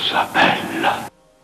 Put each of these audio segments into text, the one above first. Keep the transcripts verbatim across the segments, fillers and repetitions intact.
cosa bella.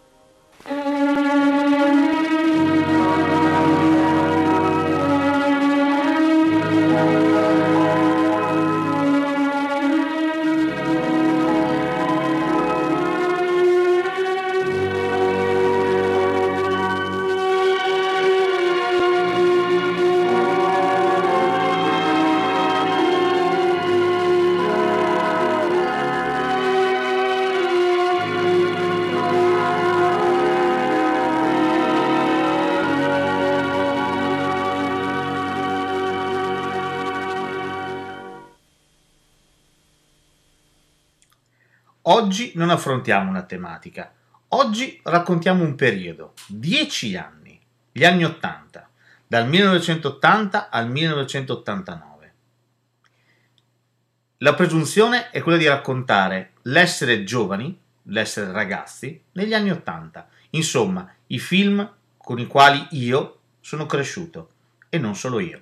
Oggi non affrontiamo una tematica, oggi raccontiamo un periodo, dieci anni, gli anni ottanta, dal millenovecentottanta al millenovecentottantanove. La presunzione è quella di raccontare l'essere giovani, l'essere ragazzi, negli anni ottanta, insomma, i film con i quali io sono cresciuto, e non solo io.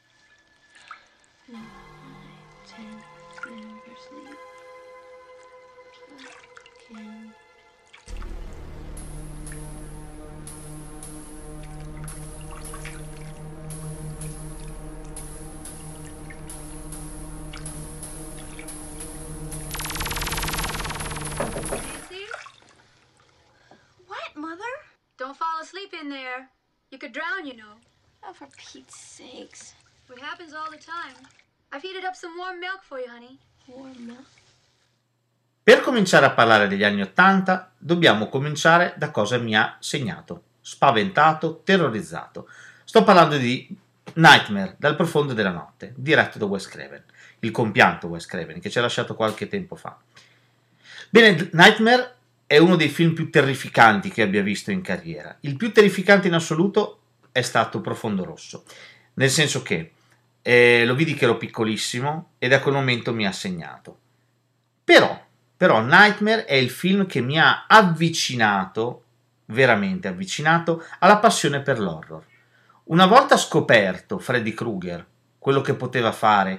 What, Mother? Don't fall asleep in there. You could drown, you know. Oh, for Pete's sakes. It happens all the time. I've heated up some warm milk for you, honey. Warm milk? Per cominciare a parlare degli anni Ottanta, dobbiamo cominciare da cosa mi ha segnato, spaventato, terrorizzato. Sto parlando di Nightmare, dal profondo della notte, diretto da Wes Craven, il compianto Wes Craven, che ci ha lasciato qualche tempo fa. Bene, Nightmare è uno dei film più terrificanti che abbia visto in carriera. Il più terrificante in assoluto è stato Profondo Rosso, nel senso che eh, lo vidi che ero piccolissimo e da quel momento mi ha segnato. Però, però Nightmare è il film che mi ha avvicinato, veramente avvicinato, alla passione per l'horror. Una volta scoperto Freddy Krueger, quello che poteva fare,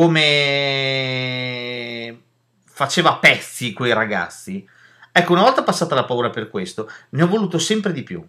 come faceva a pezzi quei ragazzi, ecco, una volta passata la paura per questo, ne ho voluto sempre di più.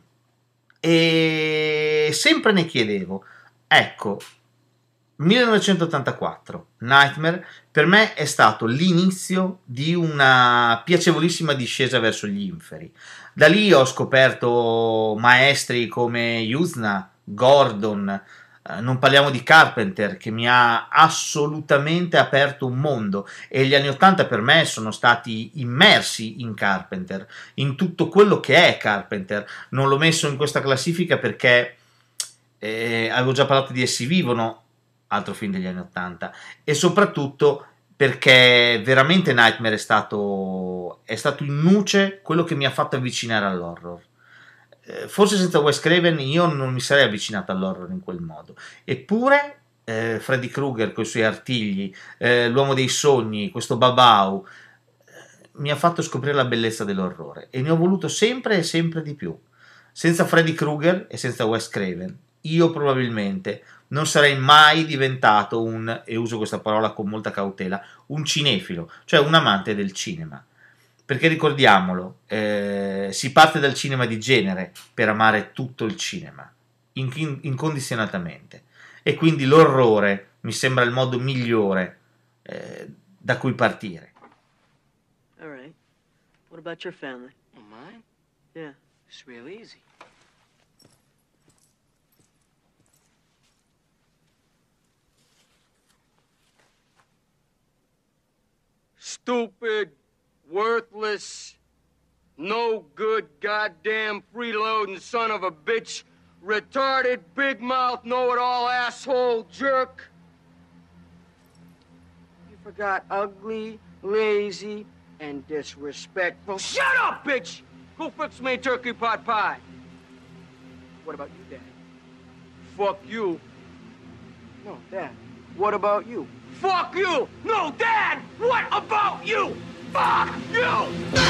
E sempre ne chiedevo, ecco, millenovecentottantaquattro, Nightmare, per me è stato l'inizio di una piacevolissima discesa verso gli inferi. Da lì ho scoperto maestri come Yuzna, Gordon, eh, non parliamo di Carpenter, che mi ha assolutamente aperto un mondo, e gli anni ottanta per me sono stati immersi in Carpenter, in tutto quello che è Carpenter. Non l'ho messo in questa classifica perché eh, avevo già parlato di Essi vivono, altro film degli anni ottanta, e soprattutto perché veramente Nightmare è stato, è stato in nuce quello che mi ha fatto avvicinare all'horror. Eh, forse senza Wes Craven io non mi sarei avvicinato all'horror in quel modo, eppure eh, Freddy Krueger con i suoi artigli, eh, l'uomo dei sogni, questo Babau, eh, mi ha fatto scoprire la bellezza dell'orrore, e ne ho voluto sempre e sempre di più. Senza Freddy Krueger e senza Wes Craven io probabilmente non sarei mai diventato un, e uso questa parola con molta cautela, un cinefilo, cioè un amante del cinema. Perché ricordiamolo, eh, si parte dal cinema di genere per amare tutto il cinema, in, incondizionatamente. E quindi l'orrore mi sembra il modo migliore eh, da cui partire. All right. What about your family? Oh, mine? Yeah. It's real easy. Stupid, worthless, no good, goddamn freeloading son of a bitch, retarded, big mouth, know-it-all asshole jerk. You forgot ugly, lazy, and disrespectful. Shut up, bitch! Go fix me a turkey pot pie. What about you, Dad? Fuck you. No, Dad. What about you? Fuck you! No, Dad! What about you? Fuck you!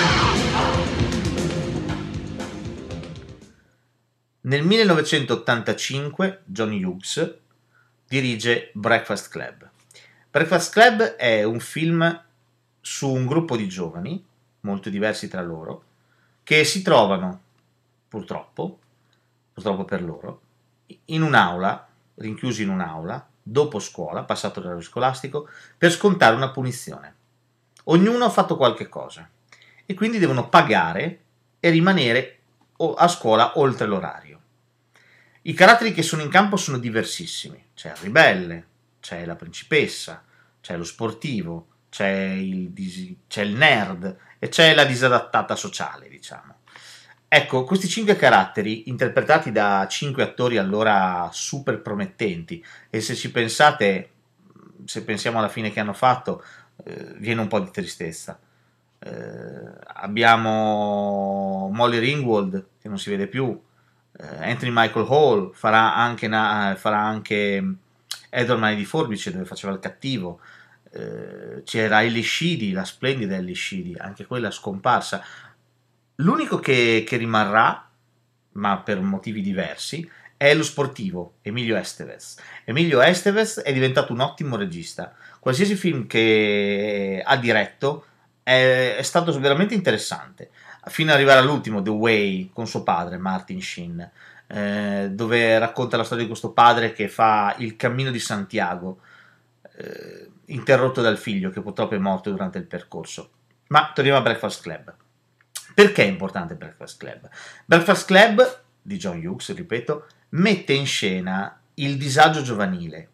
Nel millenovecentottantacinque John Hughes dirige Breakfast Club. Breakfast Club è un film su un gruppo di giovani, molto diversi tra loro, che si trovano, purtroppo, purtroppo per loro, in un'aula, rinchiusi in un'aula, dopo scuola, passato l'orario scolastico, per scontare una punizione. Ognuno ha fatto qualche cosa e quindi devono pagare e rimanere a scuola oltre l'orario. I caratteri che sono in campo sono diversissimi. C'è il ribelle, c'è la principessa, c'è lo sportivo, c'è il, c'è il nerd e c'è la disadattata sociale, diciamo. Ecco, questi cinque caratteri, interpretati da cinque attori allora super promettenti, e se ci pensate, se pensiamo alla fine che hanno fatto, eh, viene un po' di tristezza. Eh, abbiamo Molly Ringwald, che non si vede più, eh, Anthony Michael Hall, farà anche, na- farà anche Edward Mani di Forbice, dove faceva il cattivo. Eh, c'era Ellie Sheedy, la splendida Ellie Sheedy, anche quella scomparsa. L'unico che, che rimarrà, ma per motivi diversi, è lo sportivo, Emilio Estevez. Emilio Estevez è diventato un ottimo regista. Qualsiasi film che ha diretto è, è stato veramente interessante, fino ad arrivare all'ultimo, The Way, con suo padre, Martin Sheen, eh, dove racconta la storia di questo padre che fa il cammino di Santiago, eh, interrotto dal figlio, che purtroppo è morto durante il percorso. Ma torniamo a Breakfast Club. Perché è importante Breakfast Club? Breakfast Club, di John Hughes, ripeto, mette in scena il disagio giovanile,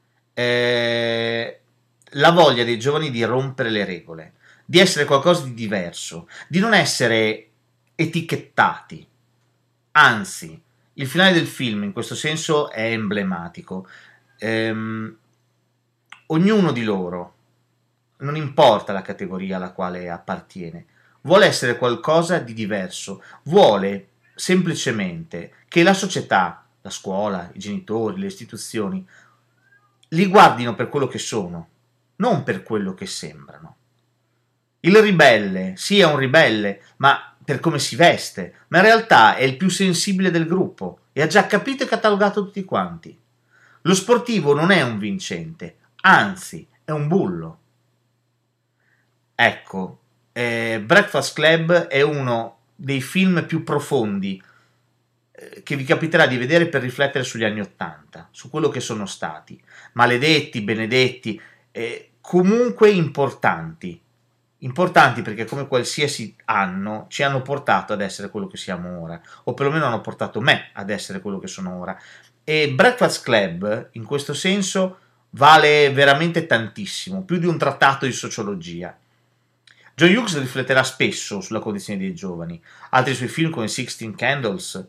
eh, la voglia dei giovani di rompere le regole, di essere qualcosa di diverso, di non essere etichettati. Anzi, il finale del film in questo senso è emblematico. Ehm, ognuno di loro, non importa la categoria alla quale appartiene, vuole essere qualcosa di diverso, vuole semplicemente che la società, la scuola, i genitori, le istituzioni, li guardino per quello che sono, non per quello che sembrano. Il ribelle, sì, è un ribelle, ma per come si veste, ma in realtà è il più sensibile del gruppo e ha già capito e catalogato tutti quanti. Lo sportivo non è un vincente, anzi, è un bullo. Ecco, Eh, Breakfast Club è uno dei film più profondi eh, che vi capiterà di vedere per riflettere sugli anni Ottanta, su quello che sono stati, maledetti, benedetti, eh, comunque importanti, importanti perché come qualsiasi anno ci hanno portato ad essere quello che siamo ora, o perlomeno hanno portato me ad essere quello che sono ora. E Breakfast Club, in questo senso, vale veramente tantissimo, più di un trattato di sociologia. John Hughes rifletterà spesso sulla condizione dei giovani. Altri suoi film come Sixteen Candles,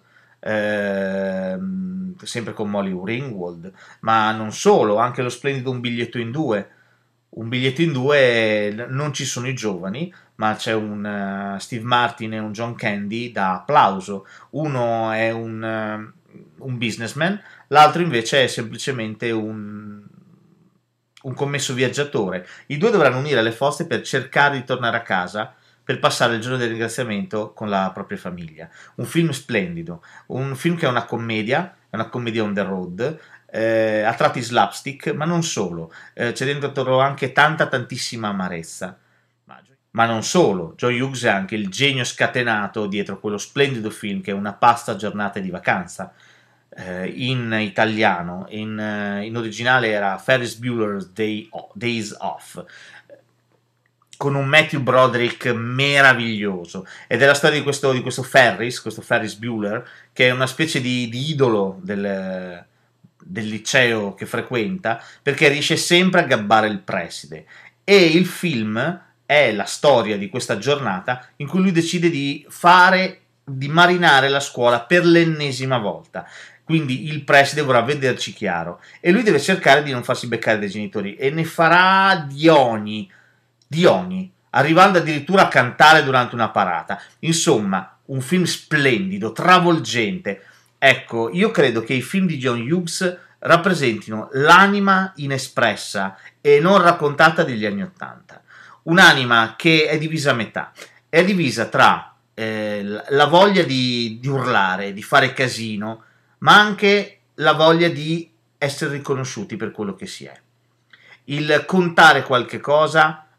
ehm, sempre con Molly Ringwald, ma non solo, anche lo splendido Un biglietto in due. Un biglietto in due non ci sono i giovani, ma c'è un uh, Steve Martin e un John Candy da applauso. Uno è un, uh, un businessman, l'altro invece è semplicemente un... un commesso viaggiatore. I due dovranno unire le forze per cercare di tornare a casa per passare il giorno del ringraziamento con la propria famiglia. Un film splendido, un film che è una commedia, è una commedia on the road, eh, a tratti slapstick, ma non solo, eh, c'è dentro anche tanta tantissima amarezza. Ma non solo, John Hughes è anche il genio scatenato dietro quello splendido film che è Una pasta giornata di vacanza, in italiano, in, in originale era Ferris Bueller's Day Off, Days Off, con un Matthew Broderick meraviglioso, ed è la storia di questo, di questo Ferris, questo Ferris Bueller, che è una specie di, di idolo del, del liceo che frequenta, perché riesce sempre a gabbare il preside, e il film è la storia di questa giornata in cui lui decide di fare, di marinare la scuola per l'ennesima volta. Quindi il preside vorrà vederci chiaro e lui deve cercare di non farsi beccare dai genitori, e ne farà di ogni, di ogni, arrivando addirittura a cantare durante una parata. Insomma, un film splendido, travolgente. Ecco, io credo che i film di John Hughes rappresentino l'anima inespressa e non raccontata degli anni Ottanta. Un'anima che è divisa a metà, è divisa tra eh, la voglia di, di urlare, di fare casino, ma anche la voglia di essere riconosciuti per quello che si è. Il contare qualche cosa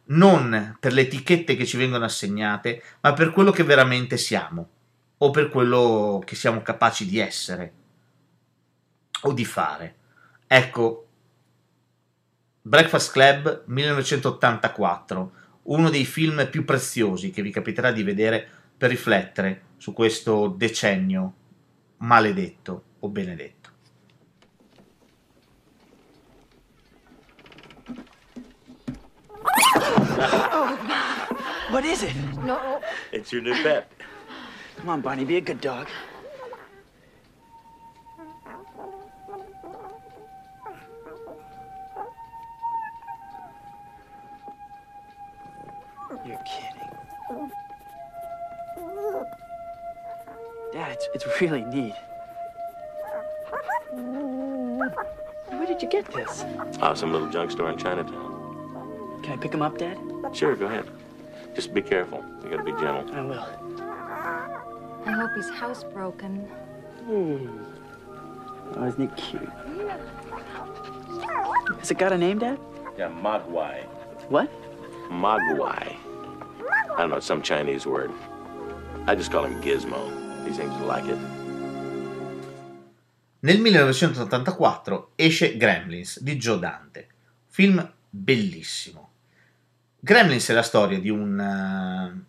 non per le etichette che ci vengono assegnate, ma per quello che veramente siamo, o per quello che siamo capaci di essere, o di fare. Ecco, Breakfast Club millenovecentottantaquattro, uno dei film più preziosi che vi capiterà di vedere per riflettere su questo decennio maledetto o benedetto. What is it? No. It's your new pet. Come on, Bonnie, be a good dog. You're kidding. Dad, it's, it's really neat. Where did you get this? Oh, some little junk store in Chinatown. Can I pick him up, Dad? Sure, go ahead. Just be careful. You gotta be gentle. I will. I hope he's housebroken. Hmm. Oh, isn't he cute? Has it got a name, Dad? Yeah, Mogwai. What? Mogwai. I don't know, it's some Chinese word. I just call him Gizmo. He seems to like it. Nel millenovecentottantaquattro esce Gremlins di Joe Dante, film bellissimo. Gremlins è la storia di un, uh,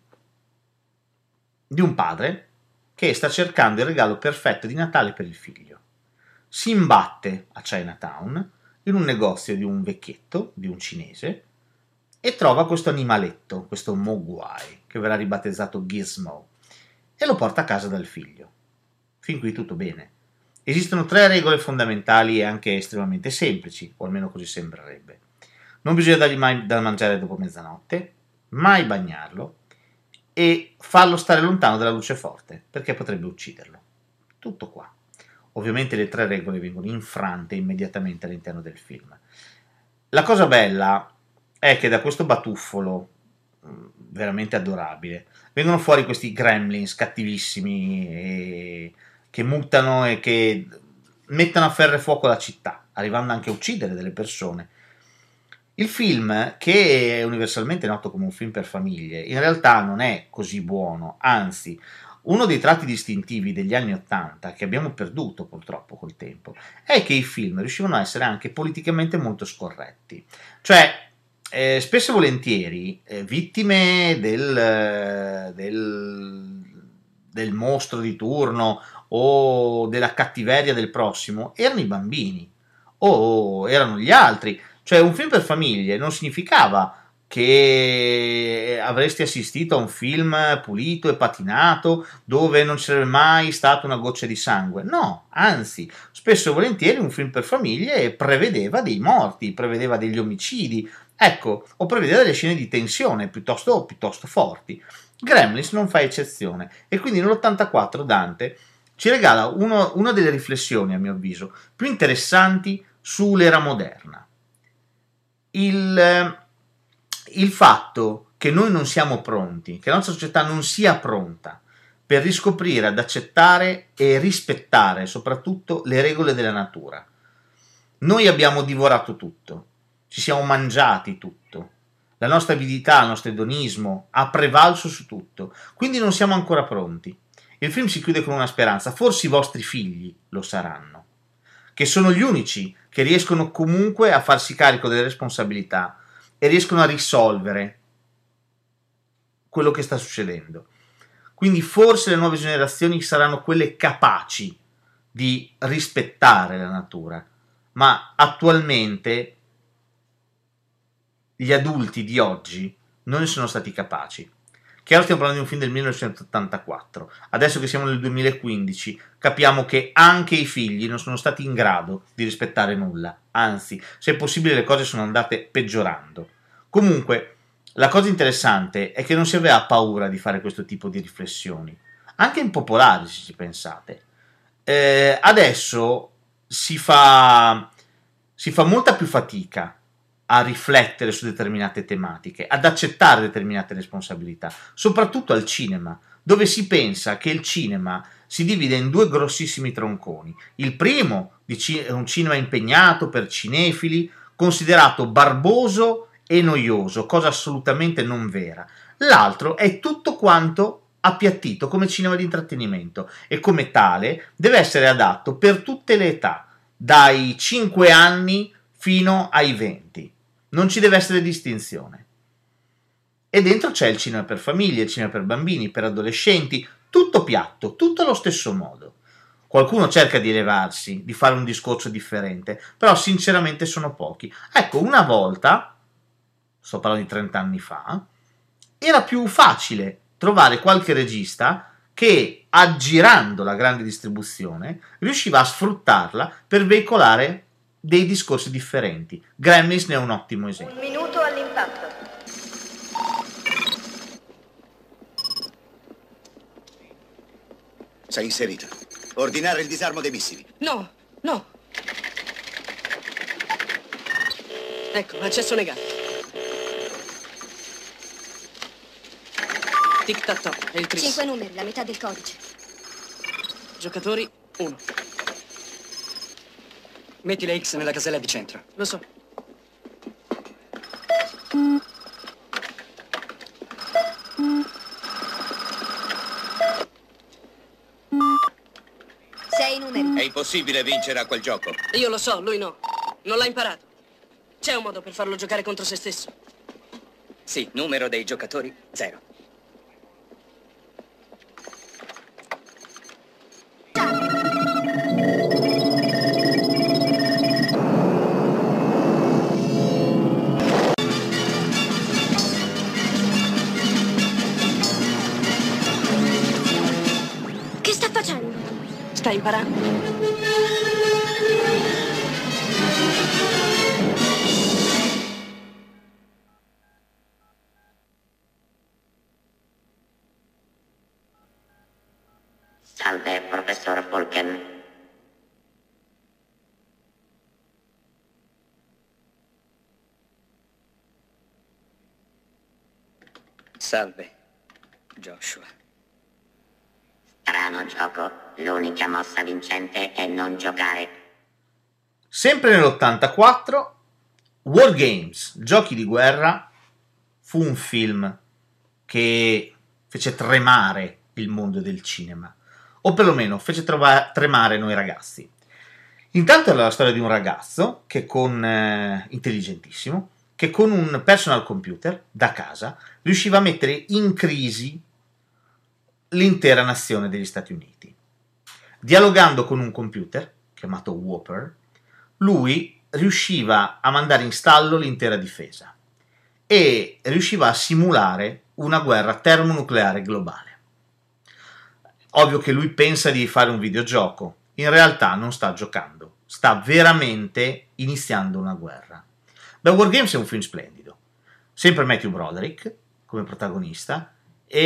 di un padre che sta cercando il regalo perfetto di Natale per il figlio. Si imbatte a Chinatown in un negozio di un vecchietto, di un cinese, e trova questo animaletto, questo Mogwai, che verrà ribattezzato Gizmo, e lo porta a casa dal figlio. Fin qui tutto bene. Esistono tre regole fondamentali e anche estremamente semplici, o almeno così sembrerebbe. Non bisogna dargli mai da mangiare dopo mezzanotte, mai bagnarlo e farlo stare lontano dalla luce forte, perché potrebbe ucciderlo. Tutto qua. Ovviamente le tre regole vengono infrante immediatamente all'interno del film. La cosa bella è che da questo batuffolo veramente adorabile vengono fuori questi gremlins cattivissimi e che mutano e che mettono a ferro e fuoco la città, arrivando anche a uccidere delle persone. Il film, che è universalmente noto come un film per famiglie, in realtà non è così buono, anzi, uno dei tratti distintivi degli anni Ottanta, che abbiamo perduto purtroppo col tempo, è che i film riuscivano a essere anche politicamente molto scorretti. Cioè, eh, spesso e volentieri, eh, vittime del, del, del mostro di turno o della cattiveria del prossimo erano i bambini, o erano gli altri. Cioè, un film per famiglie non significava che avresti assistito a un film pulito e patinato dove non c'era mai stata una goccia di sangue. No, anzi, spesso e volentieri un film per famiglie prevedeva dei morti, prevedeva degli omicidi, ecco, o prevedeva delle scene di tensione piuttosto, piuttosto forti. Gremlins non fa eccezione, e quindi nell'ottantaquattro Dante ci regala uno, una delle riflessioni, a mio avviso, più interessanti sull'era moderna. Il, il fatto che noi non siamo pronti, che la nostra società non sia pronta per riscoprire, ad accettare e rispettare soprattutto le regole della natura. Noi abbiamo divorato tutto, ci siamo mangiati tutto, la nostra avidità, il nostro edonismo ha prevalso su tutto, quindi non siamo ancora pronti. Il film si chiude con una speranza, forse i vostri figli lo saranno, che sono gli unici che riescono comunque a farsi carico delle responsabilità e riescono a risolvere quello che sta succedendo. Quindi forse le nuove generazioni saranno quelle capaci di rispettare la natura, ma attualmente gli adulti di oggi non ne sono stati capaci. Chiaro, stiamo parlando di un film del millenovecentottantaquattro. Adesso che siamo nel duemilaquindici, capiamo che anche i figli non sono stati in grado di rispettare nulla. Anzi, se è possibile, le cose sono andate peggiorando. Comunque, la cosa interessante è che non si aveva paura di fare questo tipo di riflessioni, anche impopolari, se ci pensate. Eh, adesso si fa, si fa molta più fatica a riflettere su determinate tematiche, ad accettare determinate responsabilità, soprattutto al cinema, dove si pensa che il cinema si divide in due grossissimi tronconi. Il primo è un cinema impegnato per cinefili, considerato barboso e noioso, cosa assolutamente non vera. L'altro è tutto quanto appiattito come cinema di intrattenimento e come tale deve essere adatto per tutte le età, dai cinque anni fino ai venti. Non ci deve essere distinzione. E dentro c'è il cinema per famiglie, il cinema per bambini, per adolescenti, tutto piatto, tutto allo stesso modo. Qualcuno cerca di elevarsi, di fare un discorso differente, però sinceramente sono pochi. Ecco, una volta, sto parlando di trenta anni fa, era più facile trovare qualche regista che, aggirando la grande distribuzione, riusciva a sfruttarla per veicolare dei discorsi differenti. Gremlins ne è un ottimo esempio. Un minuto all'impatto. Sei inserito. Ordinare il disarmo dei missili. No, no. Ecco, accesso negato. Tic-tac-toe, è il tris. Cinque numeri, la metà del codice. Giocatori, uno. Metti le X nella casella di centro. Lo so. Sei numeri. È impossibile vincere a quel gioco. Io lo so, lui no. Non l'ha imparato. C'è un modo per farlo giocare contro se stesso. Sì, numero dei giocatori, zero. Che sta facendo? Sta imparando. Salve, professor Vulcan. Salve, Joshua. Strano gioco. L'unica mossa vincente è non giocare. Sempre nell'ottantaquattro, War Games, Giochi di guerra, fu un film che fece tremare il mondo del cinema, o perlomeno fece trova- tremare noi ragazzi. Intanto era la storia di un ragazzo che con eh, intelligentissimo, che con un personal computer da casa riusciva a mettere in crisi l'intera nazione degli Stati Uniti. Dialogando con un computer chiamato Whopper, lui riusciva a mandare in stallo l'intera difesa e riusciva a simulare una guerra termonucleare globale. Ovvio che lui pensa di fare un videogioco, in realtà non sta giocando, sta veramente iniziando una guerra. Beh, War Games è un film splendido, sempre Matthew Broderick come protagonista,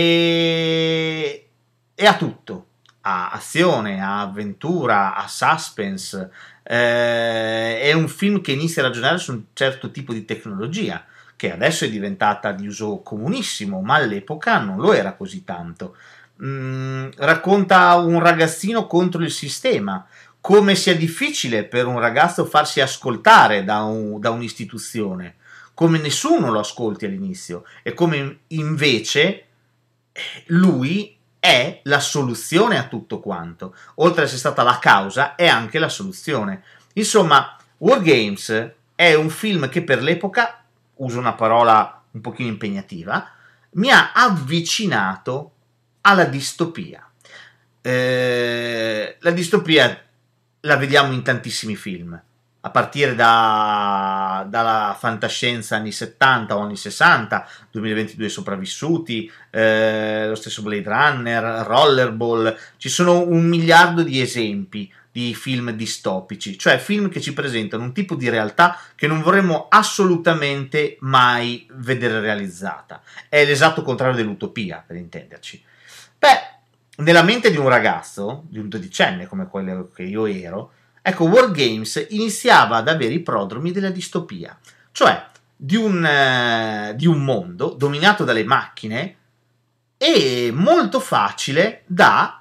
e, e ha tutto, ha azione, ha avventura, ha suspense, eh, è un film che inizia a ragionare su un certo tipo di tecnologia, che adesso è diventata di uso comunissimo, ma all'epoca non lo era così tanto. Mm, racconta un ragazzino contro il sistema, come sia difficile per un ragazzo farsi ascoltare da, un, da un'istituzione, come nessuno lo ascolti all'inizio e come invece lui è la soluzione a tutto quanto, oltre ad essere stata la causa è anche la soluzione. Insomma, War Games è un film che per l'epoca, uso una parola un pochino impegnativa, mi ha avvicinato alla distopia. Eh, la distopia la vediamo in tantissimi film, a partire da, dalla fantascienza anni settanta o anni sessanta, duemilaventidue sopravvissuti, eh, lo stesso Blade Runner, Rollerball, ci sono un miliardo di esempi di film distopici, cioè film che ci presentano un tipo di realtà che non vorremmo assolutamente mai vedere realizzata. È l'esatto contrario dell'utopia, per intenderci. Beh, nella mente di un ragazzo, di un dodicenne come quello che io ero, ecco, War Games iniziava ad avere i prodromi della distopia, cioè di un, eh, di un mondo dominato dalle macchine e molto facile da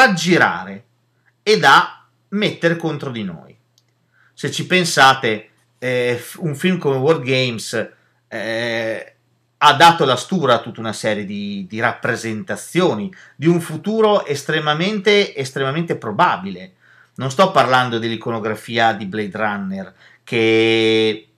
raggirare e da mettere contro di noi. Se ci pensate, eh, un film come War Games eh, ha dato la stura a tutta una serie di, di rappresentazioni di un futuro estremamente, estremamente probabile. Non sto parlando dell'iconografia di Blade Runner, che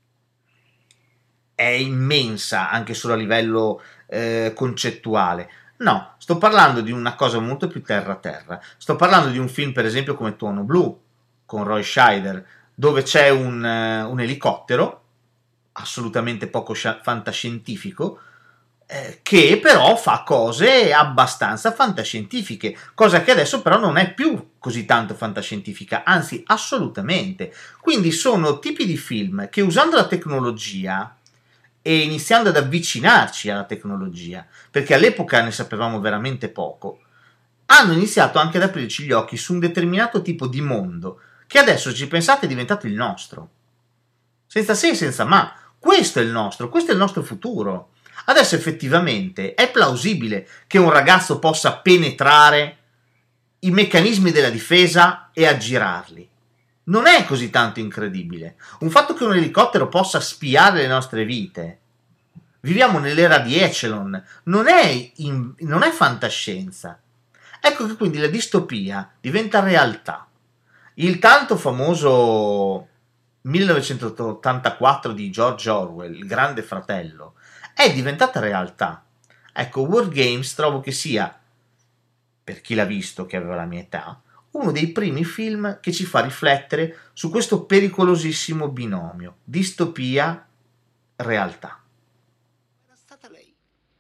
è immensa anche solo a livello eh, concettuale. No, sto parlando di una cosa molto più terra-terra. Sto parlando di un film, per esempio, come Tuono Blu, con Roy Scheider, dove c'è un, uh, un elicottero, assolutamente poco fantascientifico, eh, che però fa cose abbastanza fantascientifiche, cosa che adesso però non è più così tanto fantascientifica, anzi assolutamente. Quindi sono tipi di film che, usando la tecnologia e iniziando ad avvicinarci alla tecnologia, perché all'epoca ne sapevamo veramente poco, hanno iniziato anche ad aprirci gli occhi su un determinato tipo di mondo che adesso, se ci pensate, è diventato il nostro. Senza se e senza ma. Questo è il nostro, questo è il nostro futuro. Adesso effettivamente è plausibile che un ragazzo possa penetrare i meccanismi della difesa e aggirarli. Non è così tanto incredibile. Un fatto che un elicottero possa spiare le nostre vite. Viviamo nell'era di Echelon, non è, in, non è fantascienza. Ecco che quindi la distopia diventa realtà. Il tanto famoso millenovecentottantaquattro di George Orwell, Il Grande Fratello, è diventata realtà. Ecco, War Games trovo che sia, per chi l'ha visto, che aveva la mia età, uno dei primi film che ci fa riflettere su questo pericolosissimo binomio, distopia-realtà. Era stata lei.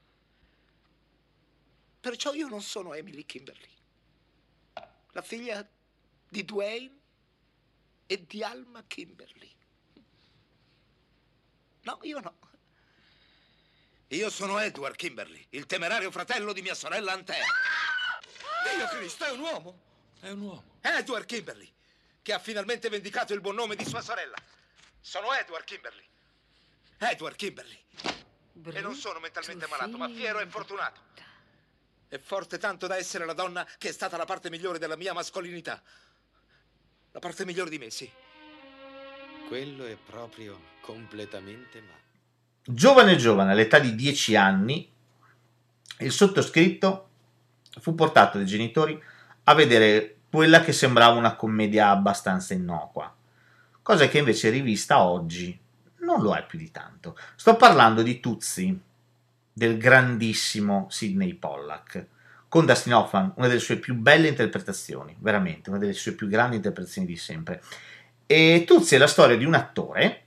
Perciò io non sono Emily Kimberly, la figlia di Dwayne e di Alma Kimberly. No, io no. Io sono Edward Kimberly, il temerario fratello di mia sorella Antea. Dio Cristo, è un uomo. È un uomo. Edward Kimberly, che ha finalmente vendicato il buon nome di sua sorella. Sono Edward Kimberly. Edward Kimberly. E non sono mentalmente malato, ma fiero e fortunato. E forte tanto da essere la donna che è stata la parte migliore della mia mascolinità. La parte migliore di me, sì. Quello è proprio completamente male. Giovane giovane, all'età di dieci anni, il sottoscritto fu portato dai genitori a vedere quella che sembrava una commedia abbastanza innocua, cosa che invece rivista oggi non lo è più di tanto. Sto parlando di Tootsie, del grandissimo Sidney Pollack, con Dustin Hoffman, una delle sue più belle interpretazioni, veramente, una delle sue più grandi interpretazioni di sempre. E Tootsie è la storia di un attore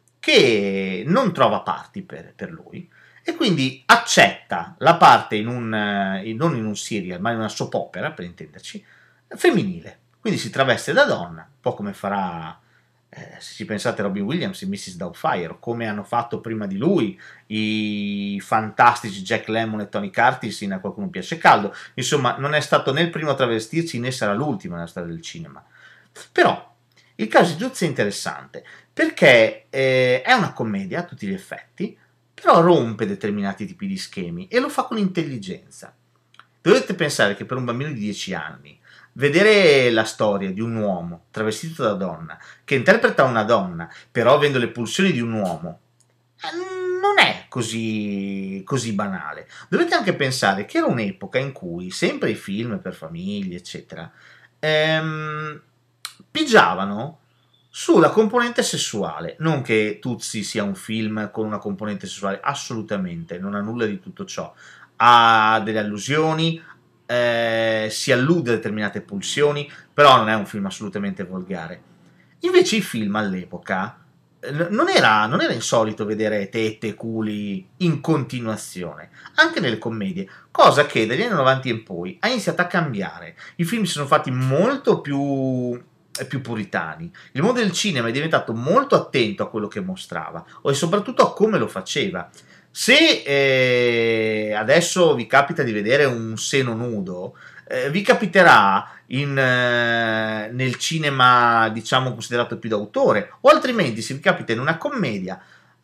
che non trova parti per, per lui, e quindi accetta la parte in un, in, non in un serial, ma in una soap opera, per intenderci, femminile. Quindi si traveste da donna, un po' come farà, eh, se ci pensate, Robin Williams in missus Doubtfire, come hanno fatto prima di lui i fantastici Jack Lemmon e Tony Curtis in A Qualcuno Piace Caldo. Insomma, non è stato né il primo a travestirsi né sarà l'ultimo nella storia del cinema. Però il caso di Tootsie è interessante perché eh, è una commedia a tutti gli effetti, però rompe determinati tipi di schemi e lo fa con intelligenza. Dovete pensare che per un bambino di dieci anni vedere la storia di un uomo travestito da donna che interpreta una donna però avendo le pulsioni di un uomo non è così, così banale. Dovete anche pensare che era un'epoca in cui sempre i film per famiglie eccetera ehm, pigiavano sulla componente sessuale. Non che Tootsie sia un film con una componente sessuale, assolutamente, non ha nulla di tutto ciò. Ha delle allusioni, eh, si allude a determinate pulsioni, però non è un film assolutamente volgare. Invece i film all'epoca eh, non era, non era insolito vedere tette e culi in continuazione, anche nelle commedie, cosa che dagli anni novanta in poi ha iniziato a cambiare. I film si sono fatti molto più più puritani, il mondo del cinema è diventato molto attento a quello che mostrava e soprattutto a come lo faceva. Se eh, adesso vi capita di vedere un seno nudo, eh, vi capiterà in, eh, nel cinema diciamo considerato più d'autore, o altrimenti se vi capita in una commedia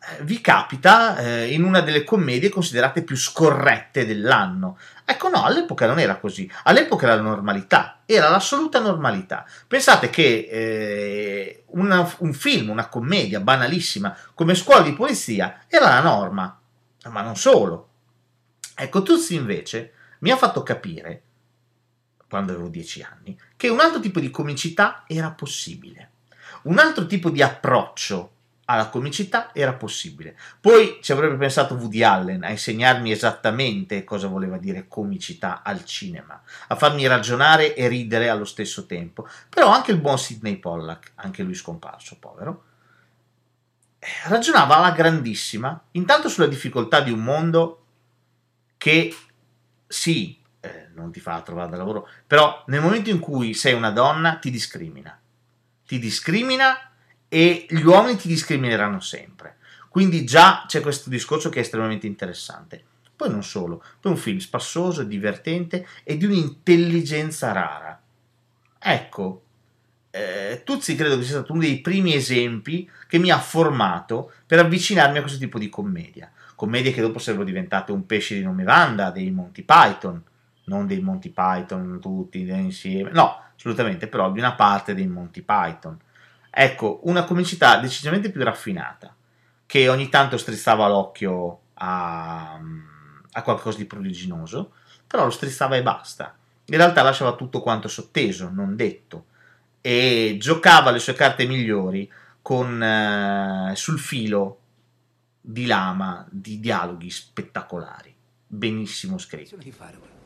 vi capita eh, in una delle commedie considerate più scorrette dell'anno. Ecco, no, all'epoca non era così, all'epoca era la normalità, era l'assoluta normalità. Pensate che eh, una, un film, una commedia banalissima come Scuola di Polizia era la norma, ma non solo. Ecco, Tuzzi invece mi ha fatto capire, quando avevo dieci anni, che un altro tipo di comicità era possibile, un altro tipo di approccio alla comicità era possibile. Poi ci avrebbe pensato Woody Allen a insegnarmi esattamente cosa voleva dire comicità al cinema, a farmi ragionare e ridere allo stesso tempo. Però anche il buon Sidney Pollack, anche lui scomparso, povero, ragionava alla grandissima, intanto sulla difficoltà di un mondo che sì, eh, non ti fa trovare da lavoro, però nel momento in cui sei una donna ti discrimina, ti discrimina e gli uomini ti discrimineranno sempre. Quindi già c'è questo discorso che è estremamente interessante. Poi non solo, poi un film spassoso, divertente e di un'intelligenza rara. Ecco, eh, Tuzzi credo che sia stato uno dei primi esempi che mi ha formato per avvicinarmi a questo tipo di commedia. Commedie che dopo sarebbero diventate un pesce di nome Wanda, dei Monty Python, non dei Monty Python tutti insieme, no, assolutamente, però di una parte dei Monty Python. Ecco, una comicità decisamente più raffinata, che ogni tanto strizzava l'occhio a, a qualcosa di prodigioso, però lo strizzava e basta. In realtà lasciava tutto quanto sotteso, non detto, e giocava le sue carte migliori con, eh, sul filo di lama di dialoghi spettacolari, benissimo scritti.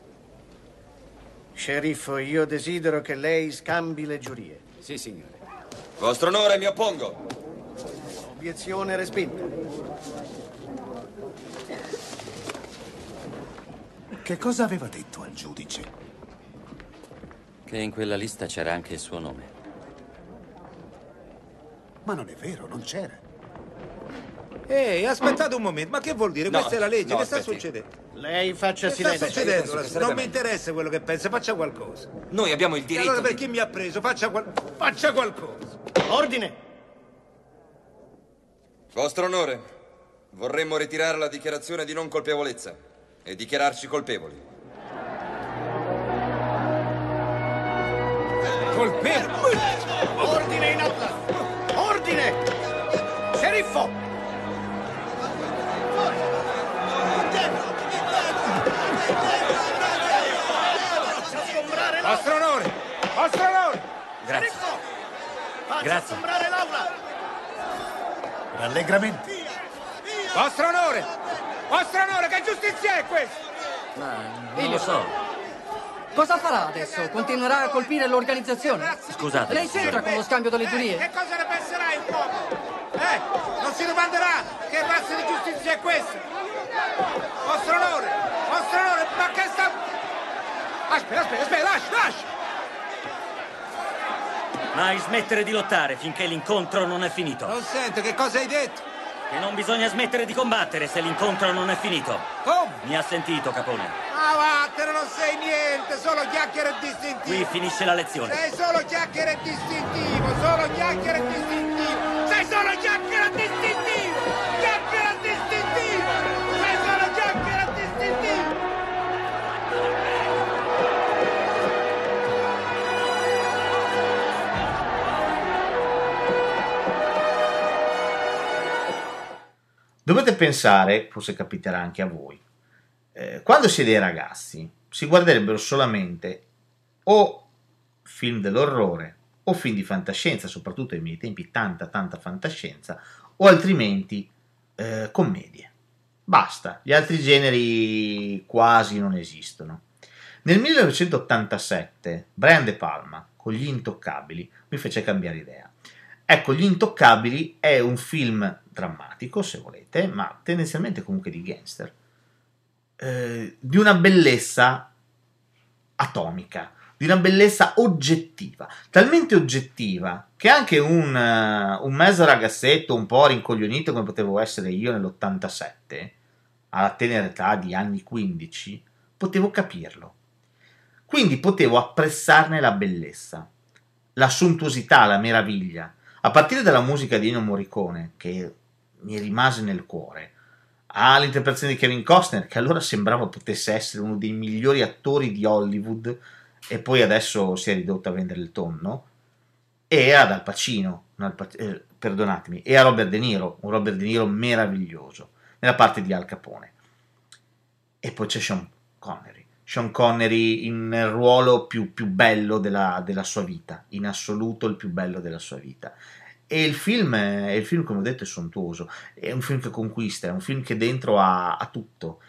Sceriffo, io desidero che lei scambi le giurie. Sì, signore. Vostro onore, mi oppongo. Obiezione respinta. Che cosa aveva detto al giudice? Che in quella lista c'era anche il suo nome. Ma non è vero, non c'era. Ehi, aspettate un momento, ma che vuol dire? No, Questa è la legge, no, che sta aspetti. succedendo? Lei faccia Che sta silenzio. succedendo? Penso che sarebbe Non mi meglio. interessa quello che pensa, faccia qualcosa. Noi abbiamo il E diritto allora di... perché mi ha preso? Faccia, qual- faccia qualcosa. Ordine! Vostro onore, vorremmo ritirare la dichiarazione di non colpevolezza e dichiararci colpevoli. Colpevole? Ordine in aula! Ordine! Sceriffo! Vostro onore! Vostro onore! Grazie. Faccia Grazie. assombrare l'aula! Rallegramenti. Vostro onore! Vostro onore, che giustizia è questa? Ma non lo so. Cosa farà adesso? Continuerà a colpire l'organizzazione? Scusate. Lei c'entra con lo scambio delle Eh, giurie? che cosa ne penserà il popolo? Eh? Non si domanderà che razza di giustizia è questa? Vostro onore! Vostro onore, ma che sta... Aspetta, aspetta, aspetta, lascia, lascia! Mai smettere di lottare finché l'incontro non è finito. Non sento, che cosa hai detto? Che non bisogna smettere di combattere se l'incontro non è finito. Come? Mi ha sentito, Capone. Ah, vattene, non sei niente, solo chiacchiere e distintivo. Qui finisce la lezione. Sei solo chiacchiere e distintivo, solo chiacchiere e distintivo. Sei solo chiacchiere e distintivo. Chiacchiere e distintivo. Sei solo chiacchiere e distintivo. Dovete pensare, forse capiterà anche a voi, eh, quando si è dei ragazzi si guarderebbero solamente o film dell'orrore o film di fantascienza, soprattutto ai miei tempi tanta tanta fantascienza, o altrimenti eh, commedie. Basta, gli altri generi quasi non esistono. Nel millenovecentottantasette Brian De Palma con Gli Intoccabili mi fece cambiare idea. Ecco, Gli Intoccabili è un film drammatico, se volete, ma tendenzialmente comunque di gangster, eh, di una bellezza atomica, di una bellezza oggettiva, talmente oggettiva che anche un, uh, un mezzo ragazzetto un po' rincoglionito come potevo essere io nell'ottantasette, alla tenera età di anni quindici, potevo capirlo. Quindi potevo apprezzarne la bellezza, la sontuosità, la meraviglia, a partire dalla musica di Ennio Morricone, che mi rimase nel cuore. Ha l'interpretazione di Kevin Costner, che allora sembrava potesse essere uno dei migliori attori di Hollywood e poi adesso si è ridotto a vendere il tonno, e ad Al Pacino, Al Pac- eh, perdonatemi, e a Robert De Niro, un Robert De Niro meraviglioso, nella parte di Al Capone. E poi c'è Sean Connery, Sean Connery in nel ruolo più, più bello della, della sua vita, in assoluto il più bello della sua vita. E il film, è, il film, come ho detto, è sontuoso, è un film che conquista, è un film che dentro ha, ha tutto,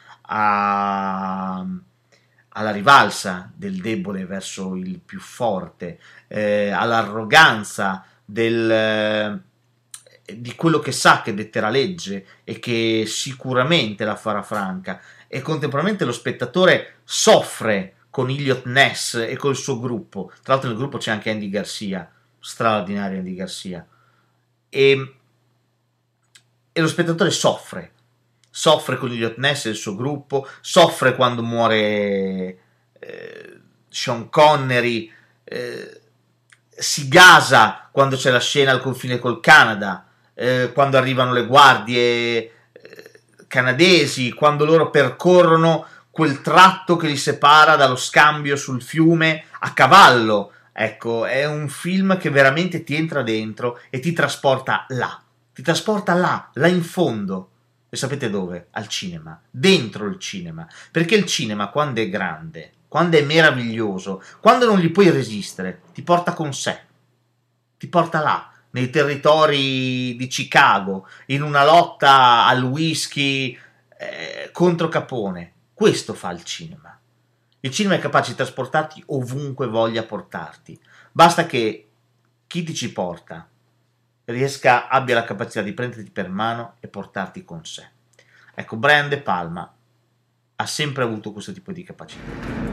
ha, ha la rivalsa del debole verso il più forte, eh, ha l'arroganza del, eh, di quello che sa che detterà legge e che sicuramente la farà franca, e contemporaneamente lo spettatore soffre con Elliot Ness e col suo gruppo. Tra l'altro nel gruppo c'è anche Andy Garcia, straordinario Andy Garcia. E, e lo spettatore soffre, soffre con Elliot Ness e il suo gruppo, soffre quando muore eh, Sean Connery, eh, si gasa quando c'è la scena al confine col Canada, eh, quando arrivano le guardie eh, canadesi, quando loro percorrono quel tratto che li separa dallo scambio sul fiume a cavallo. Ecco, è un film che veramente ti entra dentro e ti trasporta là, ti trasporta là, là in fondo. E sapete dove? Al cinema, dentro il cinema. Perché il cinema, quando è grande, quando è meraviglioso, quando non gli puoi resistere, ti porta con sé, ti porta là, nei territori di Chicago, in una lotta al whisky eh, contro Capone. Questo fa il cinema. Il cinema è capace di trasportarti ovunque voglia portarti. Basta che chi ti ci porta riesca, abbia la capacità di prenderti per mano e portarti con sé. Ecco, Brian De Palma ha sempre avuto questo tipo di capacità.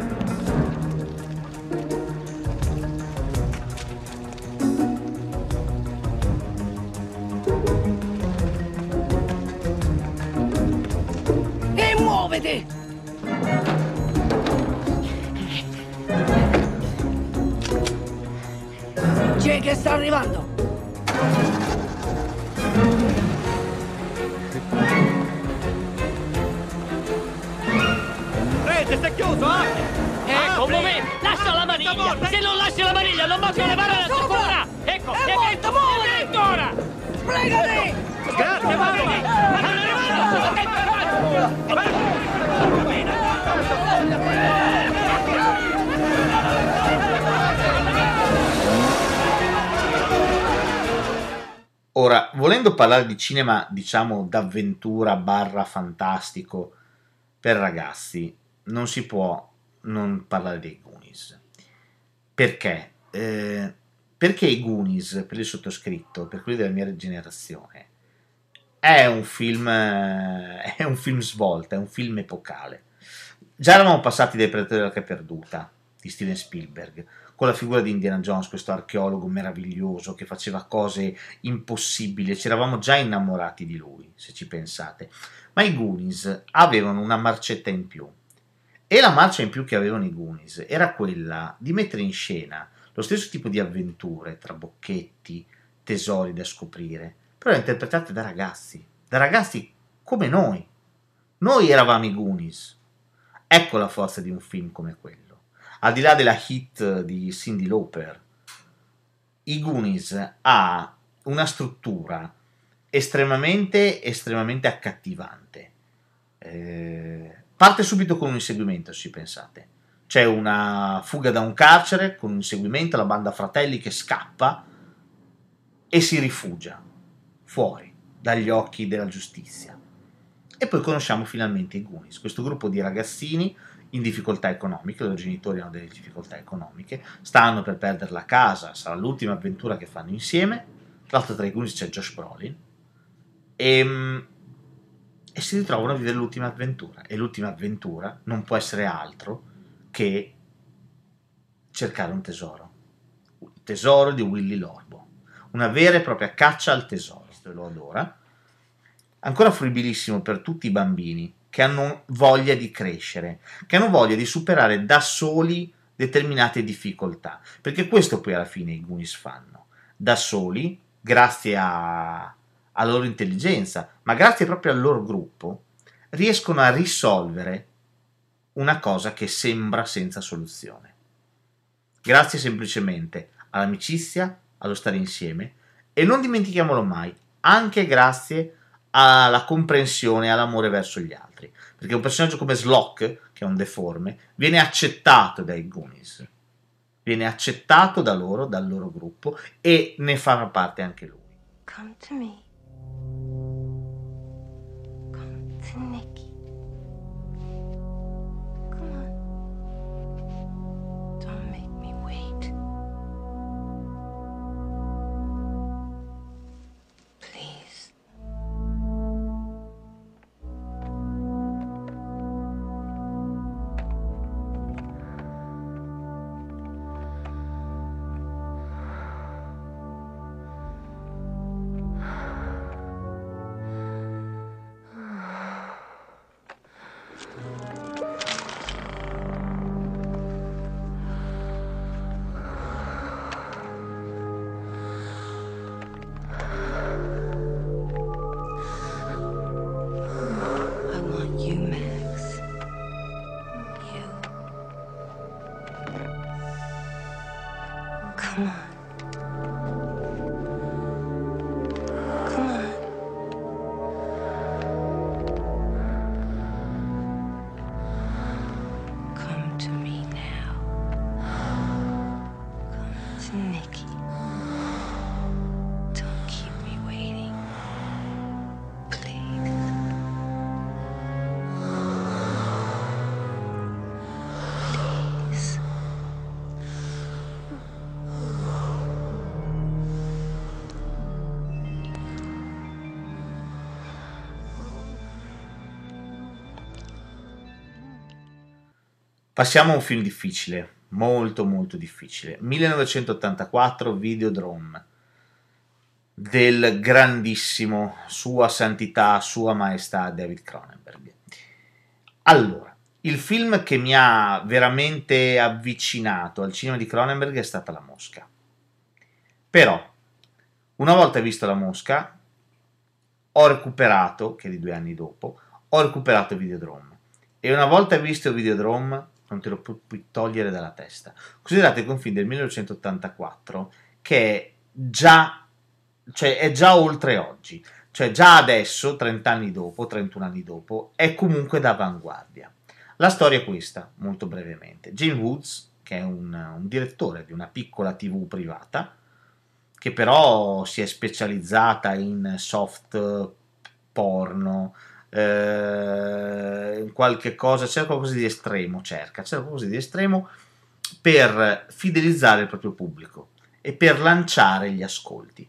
E muovete! C'è che sta arrivando! Rete, sei chiuso, apri! Ecco, un momento! Lascia la maniglia! Se non lasci la maniglia non posso levare la sicura! Ecco, è detto, muoviti ora! Sbrigati! Grazie, Mario! Stanno arrivando! Ora, volendo parlare di cinema, diciamo, d'avventura barra fantastico per ragazzi, non si può non parlare dei Goonies. Perché? Eh, perché i Goonies, per il sottoscritto, per quelli della mia generazione, è un film, è un film svolta, è un film epocale. Già eravamo passati dai Predatori della Capra Perduta di Steven Spielberg, con la figura di Indiana Jones, questo archeologo meraviglioso che faceva cose impossibili, ci eravamo già innamorati di lui, se ci pensate. Ma i Goonies avevano una marcetta in più, e la marcia in più che avevano i Goonies era quella di mettere in scena lo stesso tipo di avventure, trabocchetti, tesori da scoprire, però interpretate da ragazzi, da ragazzi come noi. Noi eravamo i Goonies. Ecco la forza di un film come quello. Al di là della hit di Cyndi Lauper, i Goonies ha una struttura estremamente, estremamente accattivante. Eh, parte subito con un inseguimento, se ci pensate. C'è una fuga da un carcere con un inseguimento, la banda Fratelli che scappa e si rifugia fuori dagli occhi della giustizia. E poi conosciamo finalmente i Goonies, questo gruppo di ragazzini in difficoltà economiche, i loro genitori hanno delle difficoltà economiche, stanno per perdere la casa, sarà l'ultima avventura che fanno insieme. Tra l'altro tra i Goonies c'è Josh Brolin, e, e si ritrovano a vivere l'ultima avventura, e l'ultima avventura non può essere altro che cercare un tesoro, il tesoro di Willy Lorbo, una vera e propria caccia al tesoro. Lo adora, ancora fruibilissimo per tutti i bambini che hanno voglia di crescere, che hanno voglia di superare da soli determinate difficoltà, perché questo poi alla fine i Goonies fanno, da soli, grazie a, alla loro intelligenza, ma grazie proprio al loro gruppo, riescono a risolvere una cosa che sembra senza soluzione. Grazie semplicemente all'amicizia, allo stare insieme, e non dimentichiamolo mai, anche grazie alla comprensione e all'amore verso gli altri, perché un personaggio come Slock, che è un deforme, viene accettato dai Goonies, viene accettato da loro, dal loro gruppo, e ne fa parte anche lui. Come to me. Come to Nicky. Come on. Don't make me wait. Please. I want you, Max. You. Come on. Come on. Come to me now. Come to Nicky. Don't keep me waiting. Please. Please. Passiamo a un film difficile, molto molto difficile. millenovecentottantaquattro, Videodrome, del grandissimo Sua Santità, Sua Maestà David Cronenberg. Allora, il film che mi ha veramente avvicinato al cinema di Cronenberg è stata La Mosca. Però, una volta visto La Mosca, ho recuperato, che è di due anni dopo, ho recuperato Videodrome. E una volta visto Videodrome, non te lo pu- puoi togliere dalla testa. Considerate che è un film del millenovecentottantaquattro che è già, cioè è già oltre oggi. Cioè già adesso, trenta anni dopo, trentuno anni dopo, è comunque d'avanguardia. La storia è questa, molto brevemente. Gene Woods, che è un, un direttore di una piccola tivù privata, che però si è specializzata in soft porno, eh, in qualche cosa, c'è qualcosa di estremo, cerca, c'è qualcosa di estremo per fidelizzare il proprio pubblico e per lanciare gli ascolti.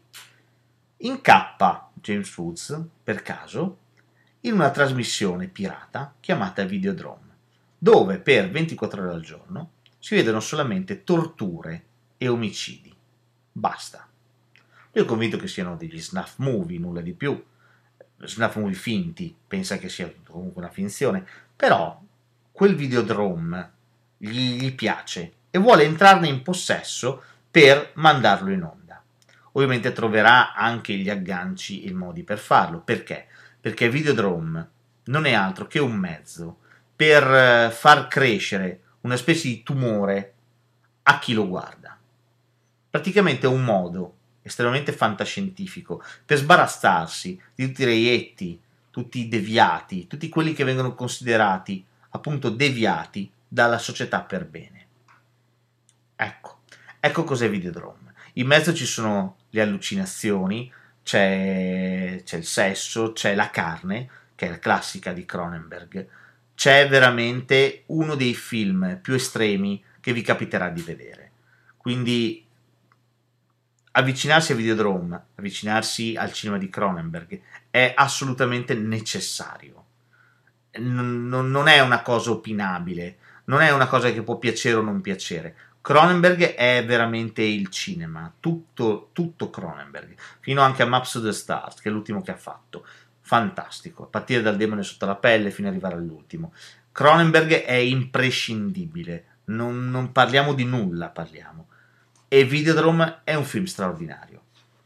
Incappa James Woods, per caso, in una trasmissione pirata chiamata Videodrome, dove per ventiquattro ore al giorno si vedono solamente torture e omicidi. Basta. Io sono convinto che siano degli snuff movie, nulla di più. Snuff movie finti, pensa che sia comunque una finzione, però quel Videodrome gli, gli piace e vuole entrarne in possesso per mandarlo in onda. Ovviamente troverà anche gli agganci e i modi per farlo. Perché? Perché Videodrome non è altro che un mezzo per far crescere una specie di tumore a chi lo guarda. Praticamente è un modo estremamente fantascientifico per sbarazzarsi di tutti i reietti, tutti i deviati, tutti quelli che vengono considerati appunto deviati dalla società per bene. Ecco, ecco cos'è Videodrome. In mezzo ci sono le allucinazioni, c'è, c'è il sesso, c'è la carne, che è la classica di Cronenberg, c'è veramente uno dei film più estremi che vi capiterà di vedere. Quindi avvicinarsi a Videodrome, avvicinarsi al cinema di Cronenberg è assolutamente necessario. Non, non è una cosa opinabile, non è una cosa che può piacere o non piacere. Cronenberg è veramente il cinema, tutto, tutto Cronenberg, fino anche a Maps to the Stars, che è l'ultimo che ha fatto. Fantastico, a partire dal Demone sotto la pelle fino ad arrivare all'ultimo. Cronenberg è imprescindibile, non, non parliamo di nulla, parliamo. E Videodrome è un film straordinario.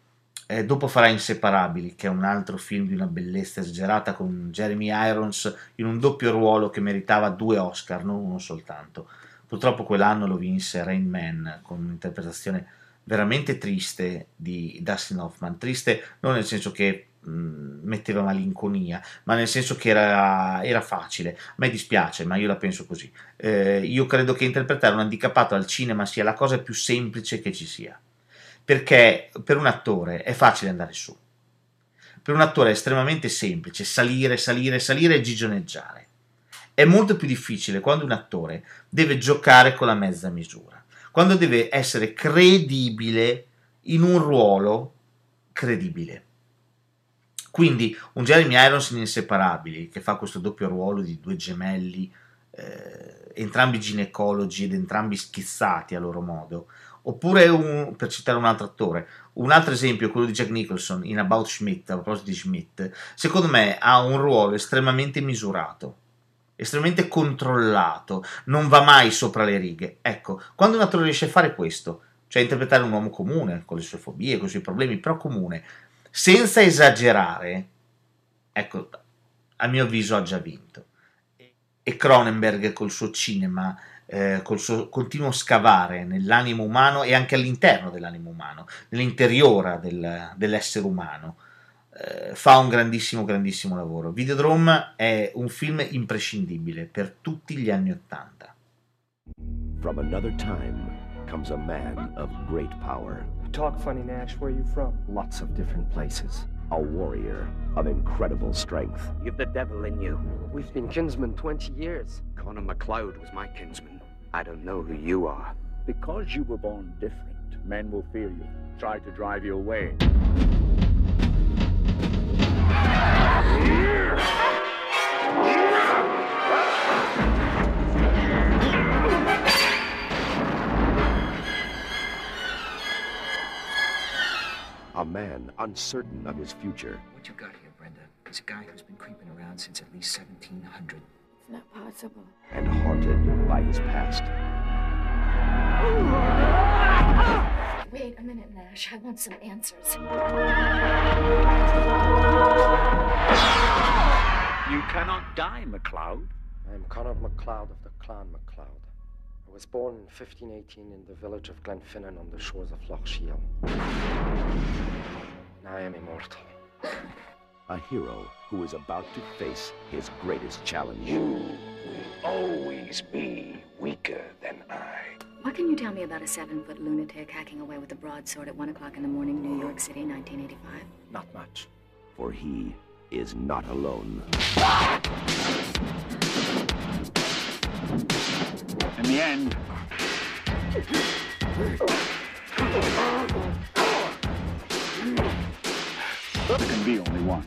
Eh, dopo farà Inseparabili, che è un altro film di una bellezza esagerata, con Jeremy Irons in un doppio ruolo che meritava due Oscar, non uno soltanto. Purtroppo quell'anno lo vinse Rain Man, con un'interpretazione veramente triste di Dustin Hoffman. Triste non nel senso che mh, metteva malinconia, ma nel senso che era, era facile. A me dispiace, ma io la penso così. Eh, io credo che interpretare un handicappato al cinema sia la cosa più semplice che ci sia. Perché per un attore è facile andare su, per un attore è estremamente semplice salire, salire, salire e gigioneggiare. È molto più difficile quando un attore deve giocare con la mezza misura, quando deve essere credibile in un ruolo credibile. Quindi un Jeremy Irons in Inseparabili, che fa questo doppio ruolo di due gemelli, eh, entrambi ginecologi ed entrambi schizzati a loro modo, oppure, un, per citare un altro attore, un altro esempio è quello di Jack Nicholson in About Schmidt, a proposito di Schmidt, secondo me ha un ruolo estremamente misurato, estremamente controllato, non va mai sopra le righe. Ecco, quando un attore riesce a fare questo, cioè interpretare un uomo comune, con le sue fobie, con i suoi problemi, però comune, senza esagerare, ecco, a mio avviso ha già vinto. E Cronenberg col suo cinema, Eh, col suo continuo scavare nell'animo umano e anche all'interno dell'animo umano, nell'interiore del, dell'essere umano, eh, fa un grandissimo, grandissimo lavoro. Videodrome è un film imprescindibile per tutti gli anni Ottanta. From another time comes a man of great power. Talk funny, Nash. Where are you from? Lots of different places. A warrior of incredible strength. You've the devil in you. We've been kinsmen twenty years. Connor MacLeod was my kinsman. I don't know who you are. Because you were born different, men will fear you, try to drive you away. A man uncertain of his future. What you got here, Brenda, is a guy who's been creeping around since at least seventeen hundred. It's not possible. And haunted by his past. Wait a minute, Nash. I want some answers. You cannot die, MacLeod. I am Connor MacLeod of the Clan MacLeod. I was born in fifteen eighteen in the village of Glenfinnan on the shores of Loch Shiel. Now I am immortal. A hero who is about to face his greatest challenge. You will always be weaker than I. What can you tell me about a seven-foot lunatic hacking away with a broadsword at one o'clock in the morning, New York City, nineteen eighty-five? Not much. For he is not alone. In the end, there can be only one.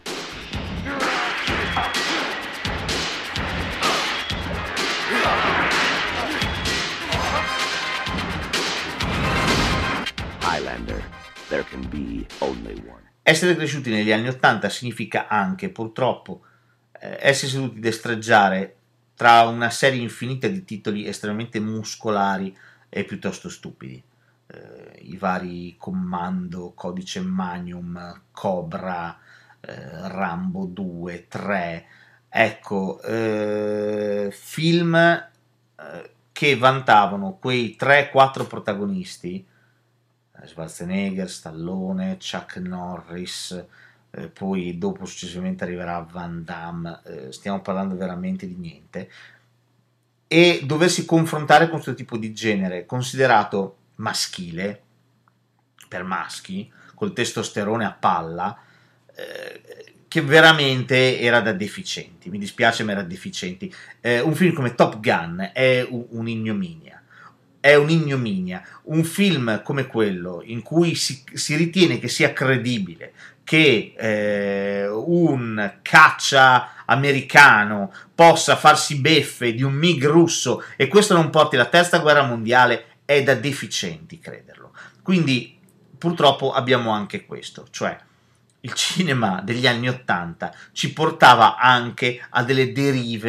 Highlander, there can be only one. Essere cresciuti negli anni Ottanta significa anche, purtroppo, eh, essersi dovuti destreggiare tra una serie infinita di titoli estremamente muscolari e piuttosto stupidi. Eh, I vari Commando, Codice Magnum, Cobra, eh, Rambo due, tre, ecco, eh, film eh, che vantavano quei tre quattro protagonisti, Schwarzenegger, Stallone, Chuck Norris, eh, poi dopo successivamente arriverà Van Damme, eh, stiamo parlando veramente di niente, e doversi confrontare con questo tipo di genere considerato maschile, per maschi, col testosterone a palla, eh, che veramente era da deficienti, mi dispiace ma era deficienti. Eh, un film come Top Gun è un, un'ignominia. È un'ignominia, un film come quello in cui si, si ritiene che sia credibile che eh, un caccia americano possa farsi beffe di un MiG russo e questo non porti alla terza guerra mondiale, è da deficienti crederlo. Quindi purtroppo abbiamo anche questo, cioè il cinema degli anni Ottanta ci portava anche a delle derive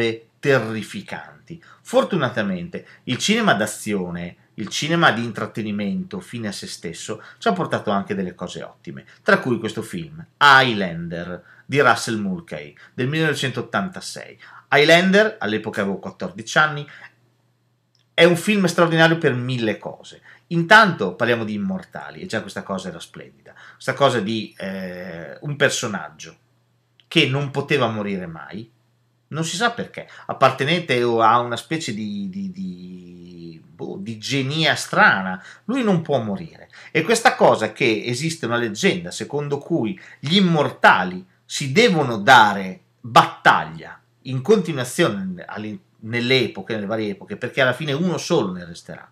terrificanti. Fortunatamente il cinema d'azione, il cinema di intrattenimento fine a se stesso, ci ha portato anche delle cose ottime, tra cui questo film, Highlander, di Russell Mulcahy, del millenovecentottantasei. Highlander, all'epoca avevo quattordici anni, è un film straordinario per mille cose. Intanto parliamo di immortali, e già questa cosa era splendida. Questa cosa di eh, un personaggio che non poteva morire mai, non si sa perché, appartenente a una specie di, di, di, boh, di genia strana, lui non può morire. E questa cosa che esiste una leggenda secondo cui gli immortali si devono dare battaglia in continuazione nelle epoche, nelle varie epoche, perché alla fine uno solo ne resterà.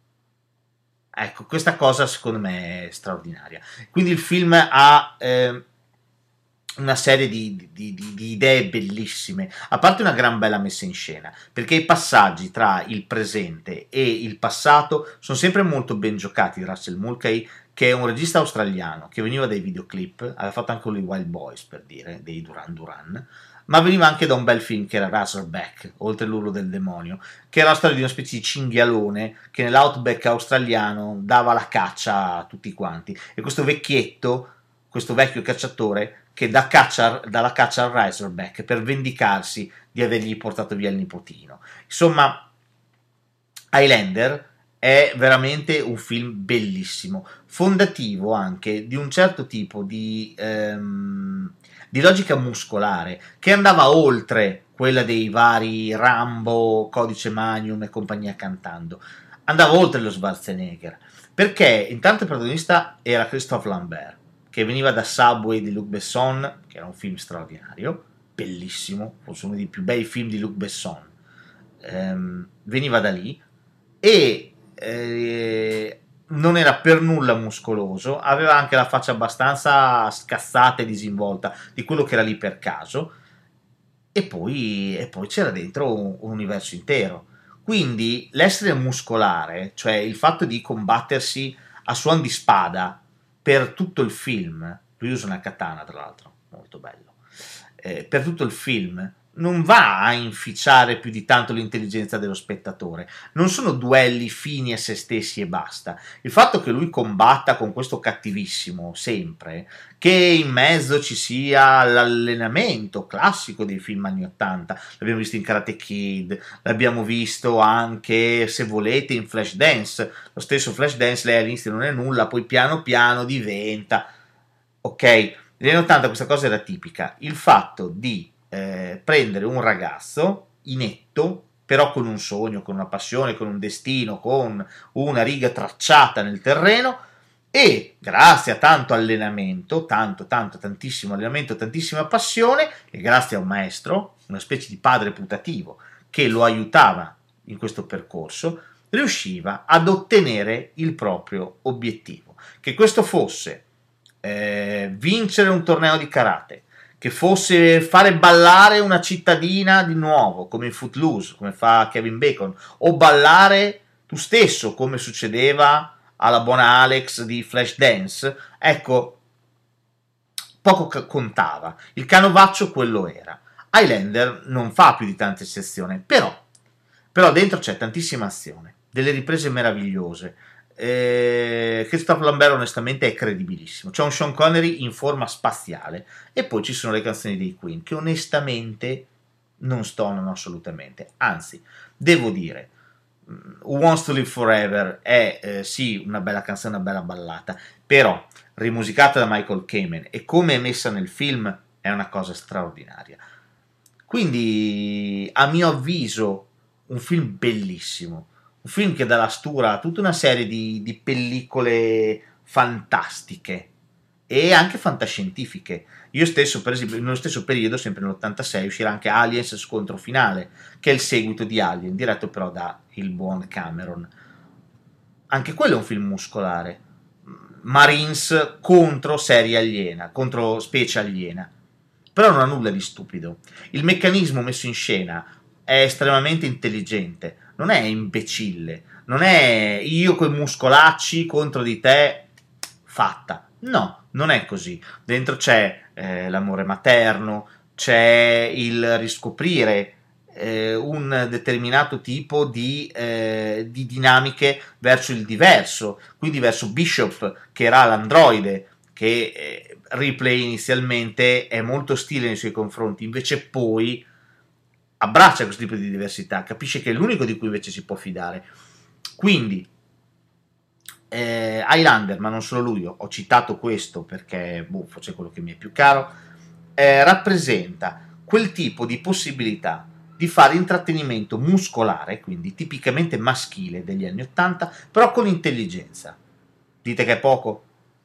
Ecco, questa cosa secondo me è straordinaria. Quindi il film ha eh, una serie di, di, di, di idee bellissime, a parte una gran bella messa in scena, perché i passaggi tra il presente e il passato sono sempre molto ben giocati. Russell Mulcahy, che è un regista australiano, che veniva dai videoclip, aveva fatto anche i Wild Boys, per dire, dei Duran Duran, ma veniva anche da un bel film che era Razorback, oltre l'urlo del demonio, che era la storia di una specie di cinghialone che nell'outback australiano dava la caccia a tutti quanti, e questo vecchietto, questo vecchio cacciatore, che dà, caccia, dà la caccia al Razorback per vendicarsi di avergli portato via il nipotino. Insomma, Highlander è veramente un film bellissimo, fondativo anche di un certo tipo di, ehm, di logica muscolare che andava oltre quella dei vari Rambo, Codice Magnum e compagnia cantando, andava oltre lo Schwarzenegger, perché intanto il protagonista era Christophe Lambert, che veniva da Subway di Luc Besson, che era un film straordinario, bellissimo, forse uno dei più bei film di Luc Besson, ehm, veniva da lì, e eh, non era per nulla muscoloso, aveva anche la faccia abbastanza scassata e disinvolta di quello che era lì per caso, e poi, e poi c'era dentro un, un universo intero. Quindi l'essere muscolare, cioè il fatto di combattersi a suon di spada per tutto il film, lui usa una katana tra l'altro, molto bello, eh, per tutto il film non va a inficiare più di tanto l'intelligenza dello spettatore, non sono duelli fini a se stessi e basta. Il fatto che lui combatta con questo cattivissimo sempre, che in mezzo ci sia l'allenamento classico dei film anni ottanta, l'abbiamo visto in Karate Kid, l'abbiamo visto anche, se volete, in Flashdance, lo stesso Flashdance, lei all'inizio non è nulla, poi piano piano diventa, ok, negli anni ottanta questa cosa era tipica, il fatto di Eh, prendere un ragazzo inetto, però con un sogno, con una passione, con un destino, con una riga tracciata nel terreno, e grazie a tanto allenamento, tanto, tanto, tantissimo allenamento, tantissima passione, e grazie a un maestro, una specie di padre putativo, che lo aiutava in questo percorso, riusciva ad ottenere il proprio obiettivo. Che questo fosse eh, vincere un torneo di karate, che fosse fare ballare una cittadina di nuovo, come in Footloose, come fa Kevin Bacon, o ballare tu stesso, come succedeva alla buona Alex di Flashdance, ecco, poco contava. Il canovaccio quello era. Highlander non fa più di tante eccezioni, però, però dentro c'è tantissima azione, delle riprese meravigliose. Eh, Christophe Lambert onestamente è credibilissimo, c'è un Sean Connery in forma spaziale, e poi ci sono le canzoni dei Queen che onestamente non stonano assolutamente, anzi devo dire Who Wants to Live Forever è eh, sì una bella canzone, una bella ballata, però rimusicata da Michael Kamen e come è messa nel film è una cosa straordinaria. Quindi a mio avviso un film bellissimo, un film che dà la stura a tutta una serie di, di pellicole fantastiche e anche fantascientifiche. Io stesso, per esempio, nello stesso periodo, sempre nell'ottantasei, uscirà anche Aliens Scontro Finale, che è il seguito di Alien, diretto però da il buon Cameron. Anche quello è un film muscolare. Marines contro serie aliena, contro specie aliena. Però non ha nulla di stupido. Il meccanismo messo in scena è estremamente intelligente, non è imbecille, non è io coi muscolacci contro di te fatta, no, non è così. Dentro c'è eh, l'amore materno, c'è il riscoprire eh, un determinato tipo di, eh, di dinamiche verso il diverso, quindi verso Bishop, che era l'androide, che eh, Ripley inizialmente è molto ostile nei suoi confronti, invece poi abbraccia questo tipo di diversità, capisce che è l'unico di cui invece si può fidare. Quindi eh, Highlander, ma non solo lui, ho citato questo perché boh, forse è quello che mi è più caro, eh, rappresenta quel tipo di possibilità di fare intrattenimento muscolare, quindi tipicamente maschile degli anni ottanta, però con intelligenza. Dite che è poco?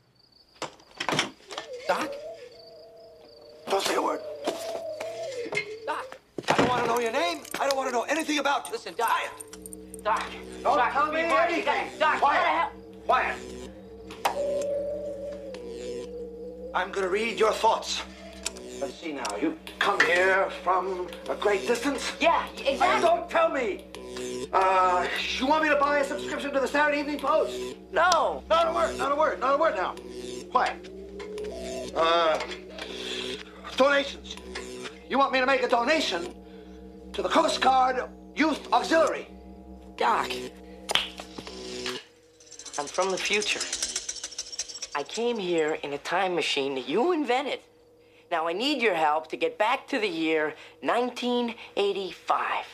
Doc? Don't say a word. Doc, I don't want to know your name. I don't want to know anything about you. Listen, Doc. Quiet. Doc. Don't Doc, tell me anything. Doc, quiet. Quiet. I'm going to read your thoughts. Let's see now. You come here from a great distance? Yeah, exactly. Don't tell me. Uh, you want me to buy a subscription to the Saturday Evening Post? No. Not a word, not a word, not a word now. Quiet. Uh, donations. You want me to make a donation to the Coast Guard Youth Auxiliary? Doc, I'm from the future. I came here in a time machine that you invented. Now I need your help to get back to the year nineteen eighty-five.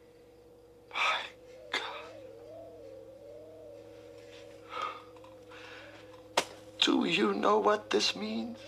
Do you know what this means?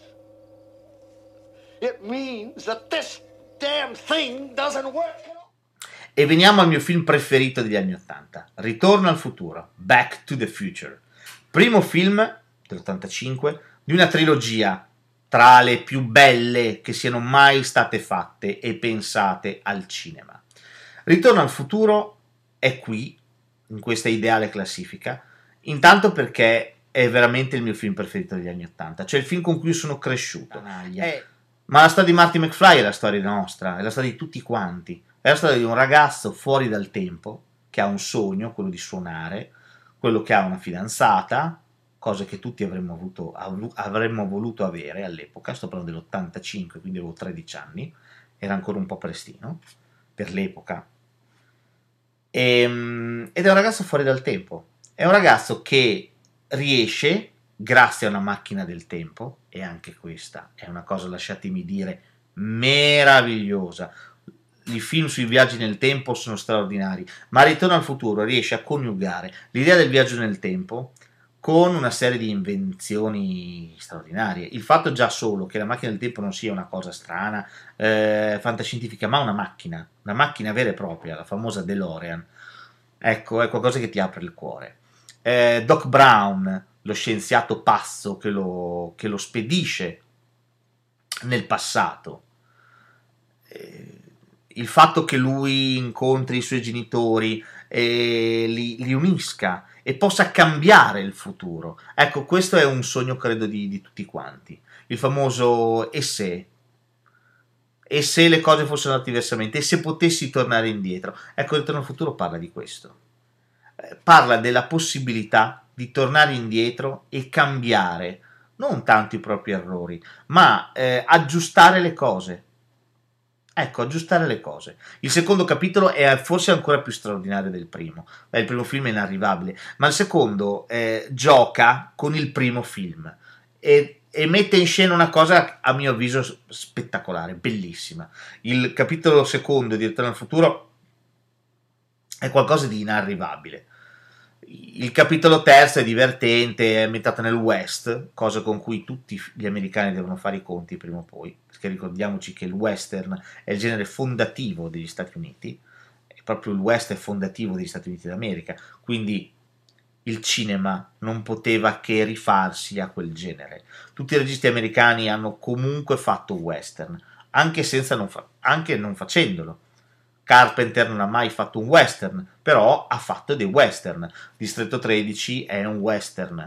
It means that this damn thing doesn't work. E veniamo al mio film preferito degli anni ottanta, Ritorno al futuro, Back to the Future. Primo film dell'ottantacinque di una trilogia tra le più belle che siano mai state fatte e pensate al cinema. Ritorno al futuro è qui, in questa ideale classifica, intanto perché è veramente il mio film preferito degli anni ottanta, cioè il film con cui sono cresciuto. È... Ma la storia di Marty McFly è la storia nostra, è la storia di tutti quanti. È la storia di un ragazzo fuori dal tempo, che ha un sogno, quello di suonare, quello che ha una fidanzata, cosa che tutti avremmo, avuto, avremmo voluto avere all'epoca. Sto parlando dell'ottantacinque, quindi avevo tredici anni, era ancora un po' prestino per l'epoca. E, ed è un ragazzo fuori dal tempo, è un ragazzo che riesce, grazie a una macchina del tempo, e anche questa è una cosa, lasciatemi dire, meravigliosa. I film sui viaggi nel tempo sono straordinari, ma Ritorno al futuro riesce a coniugare l'idea del viaggio nel tempo con una serie di invenzioni straordinarie. Il fatto già solo che la macchina del tempo non sia una cosa strana, eh, fantascientifica, ma una macchina, una macchina vera e propria, la famosa DeLorean, ecco, è qualcosa che ti apre il cuore. Eh, Doc Brown, lo scienziato pazzo che lo, che lo spedisce nel passato, eh, il fatto che lui incontri i suoi genitori e li, li unisca e possa cambiare il futuro, ecco, questo è un sogno, credo, di, di tutti quanti. Il famoso e se e se le cose fossero andate diversamente, e se potessi tornare indietro. Ecco, Ritorno al futuro parla di questo, eh, parla della possibilità di tornare indietro e cambiare non tanto i propri errori, ma eh, aggiustare le cose. Ecco, aggiustare le cose. Il secondo capitolo è forse ancora più straordinario del primo. Beh, il primo film è inarrivabile, ma il secondo eh, gioca con il primo film e, e mette in scena una cosa, a mio avviso, spettacolare, bellissima. Il capitolo secondo di Ritorno al futuro è qualcosa di inarrivabile. Il capitolo terzo è divertente, è ambientato nel West, cosa con cui tutti gli americani devono fare i conti prima o poi, perché ricordiamoci che il western è il genere fondativo degli Stati Uniti, e proprio il West è fondativo degli Stati Uniti d'America, quindi il cinema non poteva che rifarsi a quel genere. Tutti i registi americani hanno comunque fatto western, anche, senza non, fa- anche non facendolo. Carpenter non ha mai fatto un western, però ha fatto dei western. Distretto tredici è un western,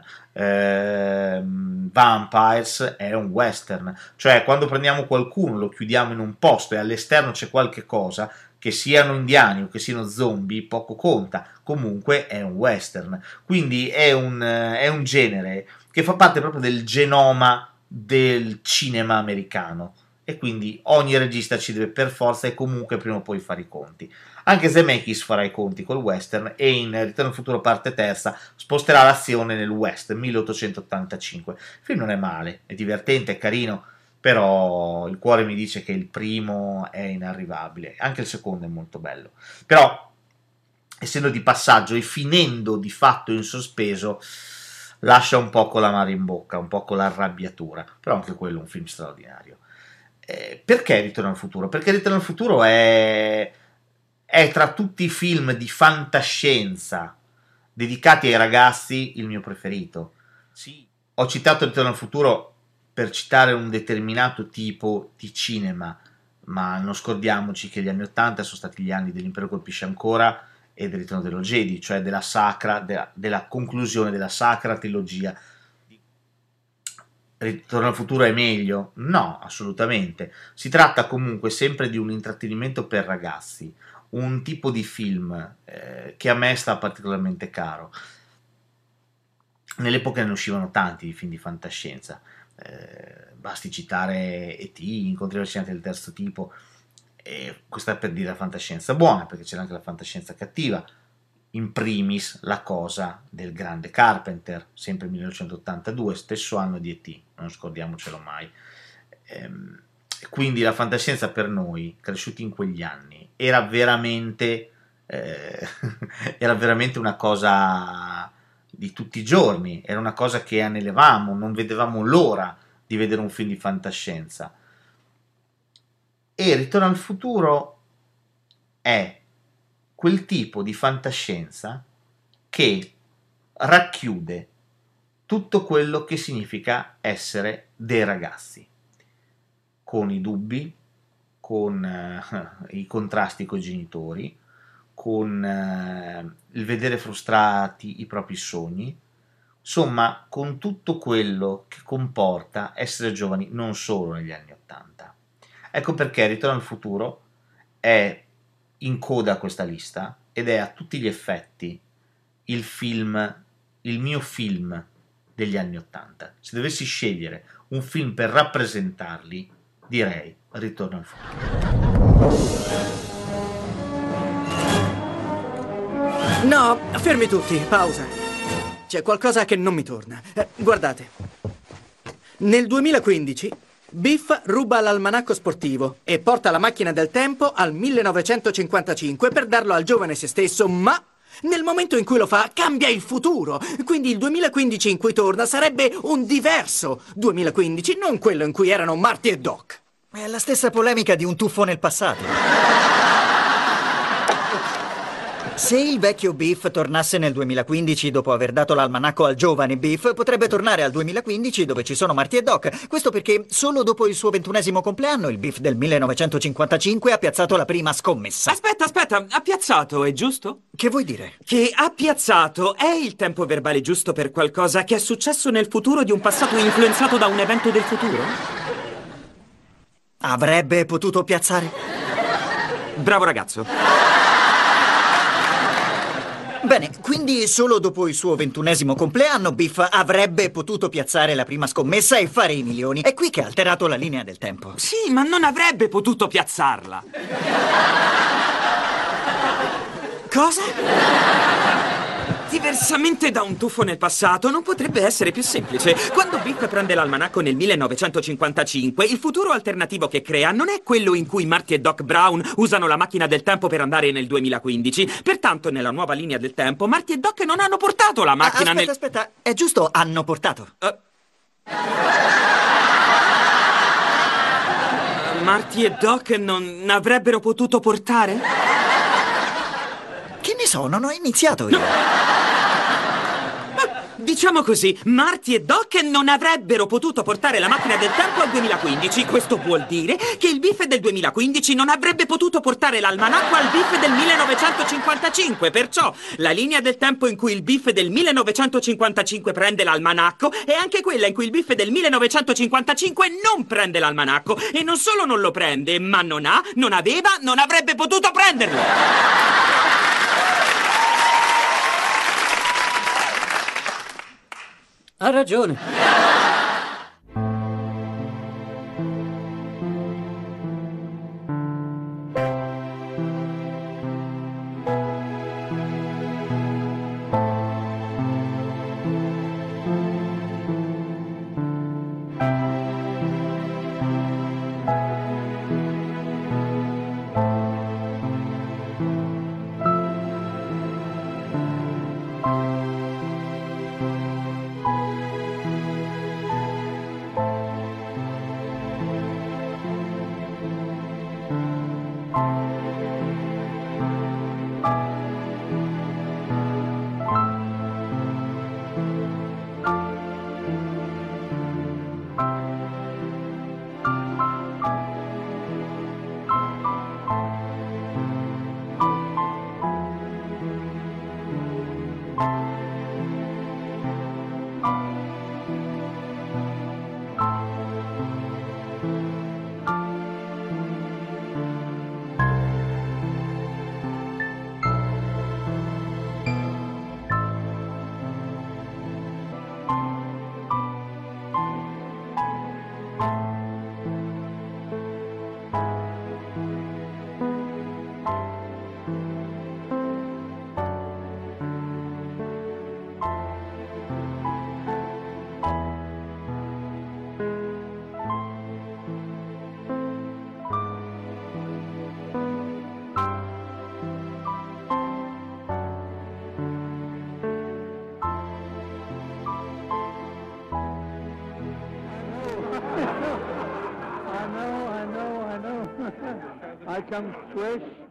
ehm, Vampires è un western, cioè quando prendiamo qualcuno, lo chiudiamo in un posto e all'esterno c'è qualche cosa, che siano indiani o che siano zombie, poco conta, comunque è un western. Quindi è un, è un genere che fa parte proprio del genoma del cinema americano. e quindi ogni regista ci deve per forza e comunque prima o poi fare i conti. Anche Zemeckis farà i conti col western e in Ritorno al futuro parte terza sposterà l'azione nel West, milleottocentottantacinque. Il film non è male, è divertente, è carino, però il cuore mi dice che il primo è inarrivabile, anche il secondo è molto bello. Però, essendo di passaggio e finendo di fatto in sospeso, lascia un po' con l'amaro in bocca, un po' con l'arrabbiatura, però anche quello è un film straordinario. Eh, perché Ritorno al futuro? Perché Ritorno al futuro è, è tra tutti i film di fantascienza dedicati ai ragazzi il mio preferito. Sì. Ho citato Ritorno al futuro per citare un determinato tipo di cinema, ma non scordiamoci che gli anni ottanta sono stati gli anni dell'Impero colpisce ancora e del Ritorno dello Jedi, cioè della sacra, della, della conclusione della sacra trilogia. Ritorno al futuro è meglio? No, assolutamente. Si tratta comunque sempre di un intrattenimento per ragazzi, un tipo di film eh, che a me sta particolarmente caro. Nell'epoca ne uscivano tanti di film di fantascienza, eh, basti citare E T, Incontri allucinanti del terzo tipo, e questa è per dire la fantascienza buona, perché c'era anche la fantascienza cattiva, in primis La cosa del grande Carpenter, sempre millenovecentottantadue, stesso anno di E T, non scordiamocelo mai. Ehm, quindi la fantascienza per noi, cresciuti in quegli anni, era veramente, eh, era veramente una cosa di tutti i giorni, era una cosa che anelavamo, non vedevamo l'ora di vedere un film di fantascienza. E Ritorno al futuro è quel tipo di fantascienza che racchiude tutto quello che significa essere dei ragazzi, con i dubbi, con eh, i contrasti con i genitori, con eh, il vedere frustrati i propri sogni, insomma con tutto quello che comporta essere giovani non solo negli anni Ottanta. Ecco perché Ritorno al futuro è in coda a questa lista ed è a tutti gli effetti il film, il mio film degli anni Ottanta. Se dovessi scegliere un film per rappresentarli, direi Ritorno al futuro. No, fermi tutti, pausa. C'è qualcosa che non mi torna. Eh, guardate. Nel duemilaquindici Biff ruba l'almanacco sportivo e porta la macchina del tempo al millenovecentocinquantacinque per darlo al giovane se stesso, ma nel momento in cui lo fa cambia il futuro. Quindi il duemilaquindici in cui torna sarebbe un diverso duemilaquindici, non quello in cui erano Marty e Doc. È la stessa polemica di un tuffo nel passato. Se il vecchio Biff tornasse nel duemilaquindici dopo aver dato l'almanacco al giovane Biff, potrebbe tornare al duemilaquindici dove ci sono Marty e Doc. Questo perché solo dopo il suo ventunesimo compleanno il Biff del millenovecentocinquantacinque ha piazzato la prima scommessa. Aspetta, aspetta, ha piazzato, è giusto? Che vuoi dire? Che ha piazzato è il tempo verbale giusto per qualcosa che è successo nel futuro di un passato influenzato da un evento del futuro? Avrebbe potuto piazzare? Bravo ragazzo. Bene, quindi solo dopo il suo ventunesimo compleanno Biff avrebbe potuto piazzare la prima scommessa e fare i milioni. È qui che ha alterato la linea del tempo. Sì, ma non avrebbe potuto piazzarla. Cosa? Diversamente da un tuffo nel passato, non potrebbe essere più semplice. Quando Biff prende l'almanacco nel millenovecentocinquantacinque, il futuro alternativo che crea non è quello in cui Marty e Doc Brown usano la macchina del tempo per andare nel duemilaquindici. Pertanto, nella nuova linea del tempo, Marty e Doc non hanno portato la macchina ah, aspetta, nel... Aspetta, aspetta, è giusto, hanno portato. Uh... Marty e Doc non avrebbero potuto portare? Che ne so, non ho iniziato io. No. Diciamo così, Marty e Doc non avrebbero potuto portare la macchina del tempo al duemilaquindici. Questo vuol dire che il Biff del duemilaquindici non avrebbe potuto portare l'almanacco al Biff del millenovecentocinquantacinque. Perciò la linea del tempo in cui il Biff del millenovecentocinquantacinque prende l'almanacco è anche quella in cui il Biff del millenovecentocinquantacinque non prende l'almanacco. E non solo non lo prende, ma non ha, non aveva, non avrebbe potuto prenderlo. Ha ragione. I know, I know, I know. I come swish,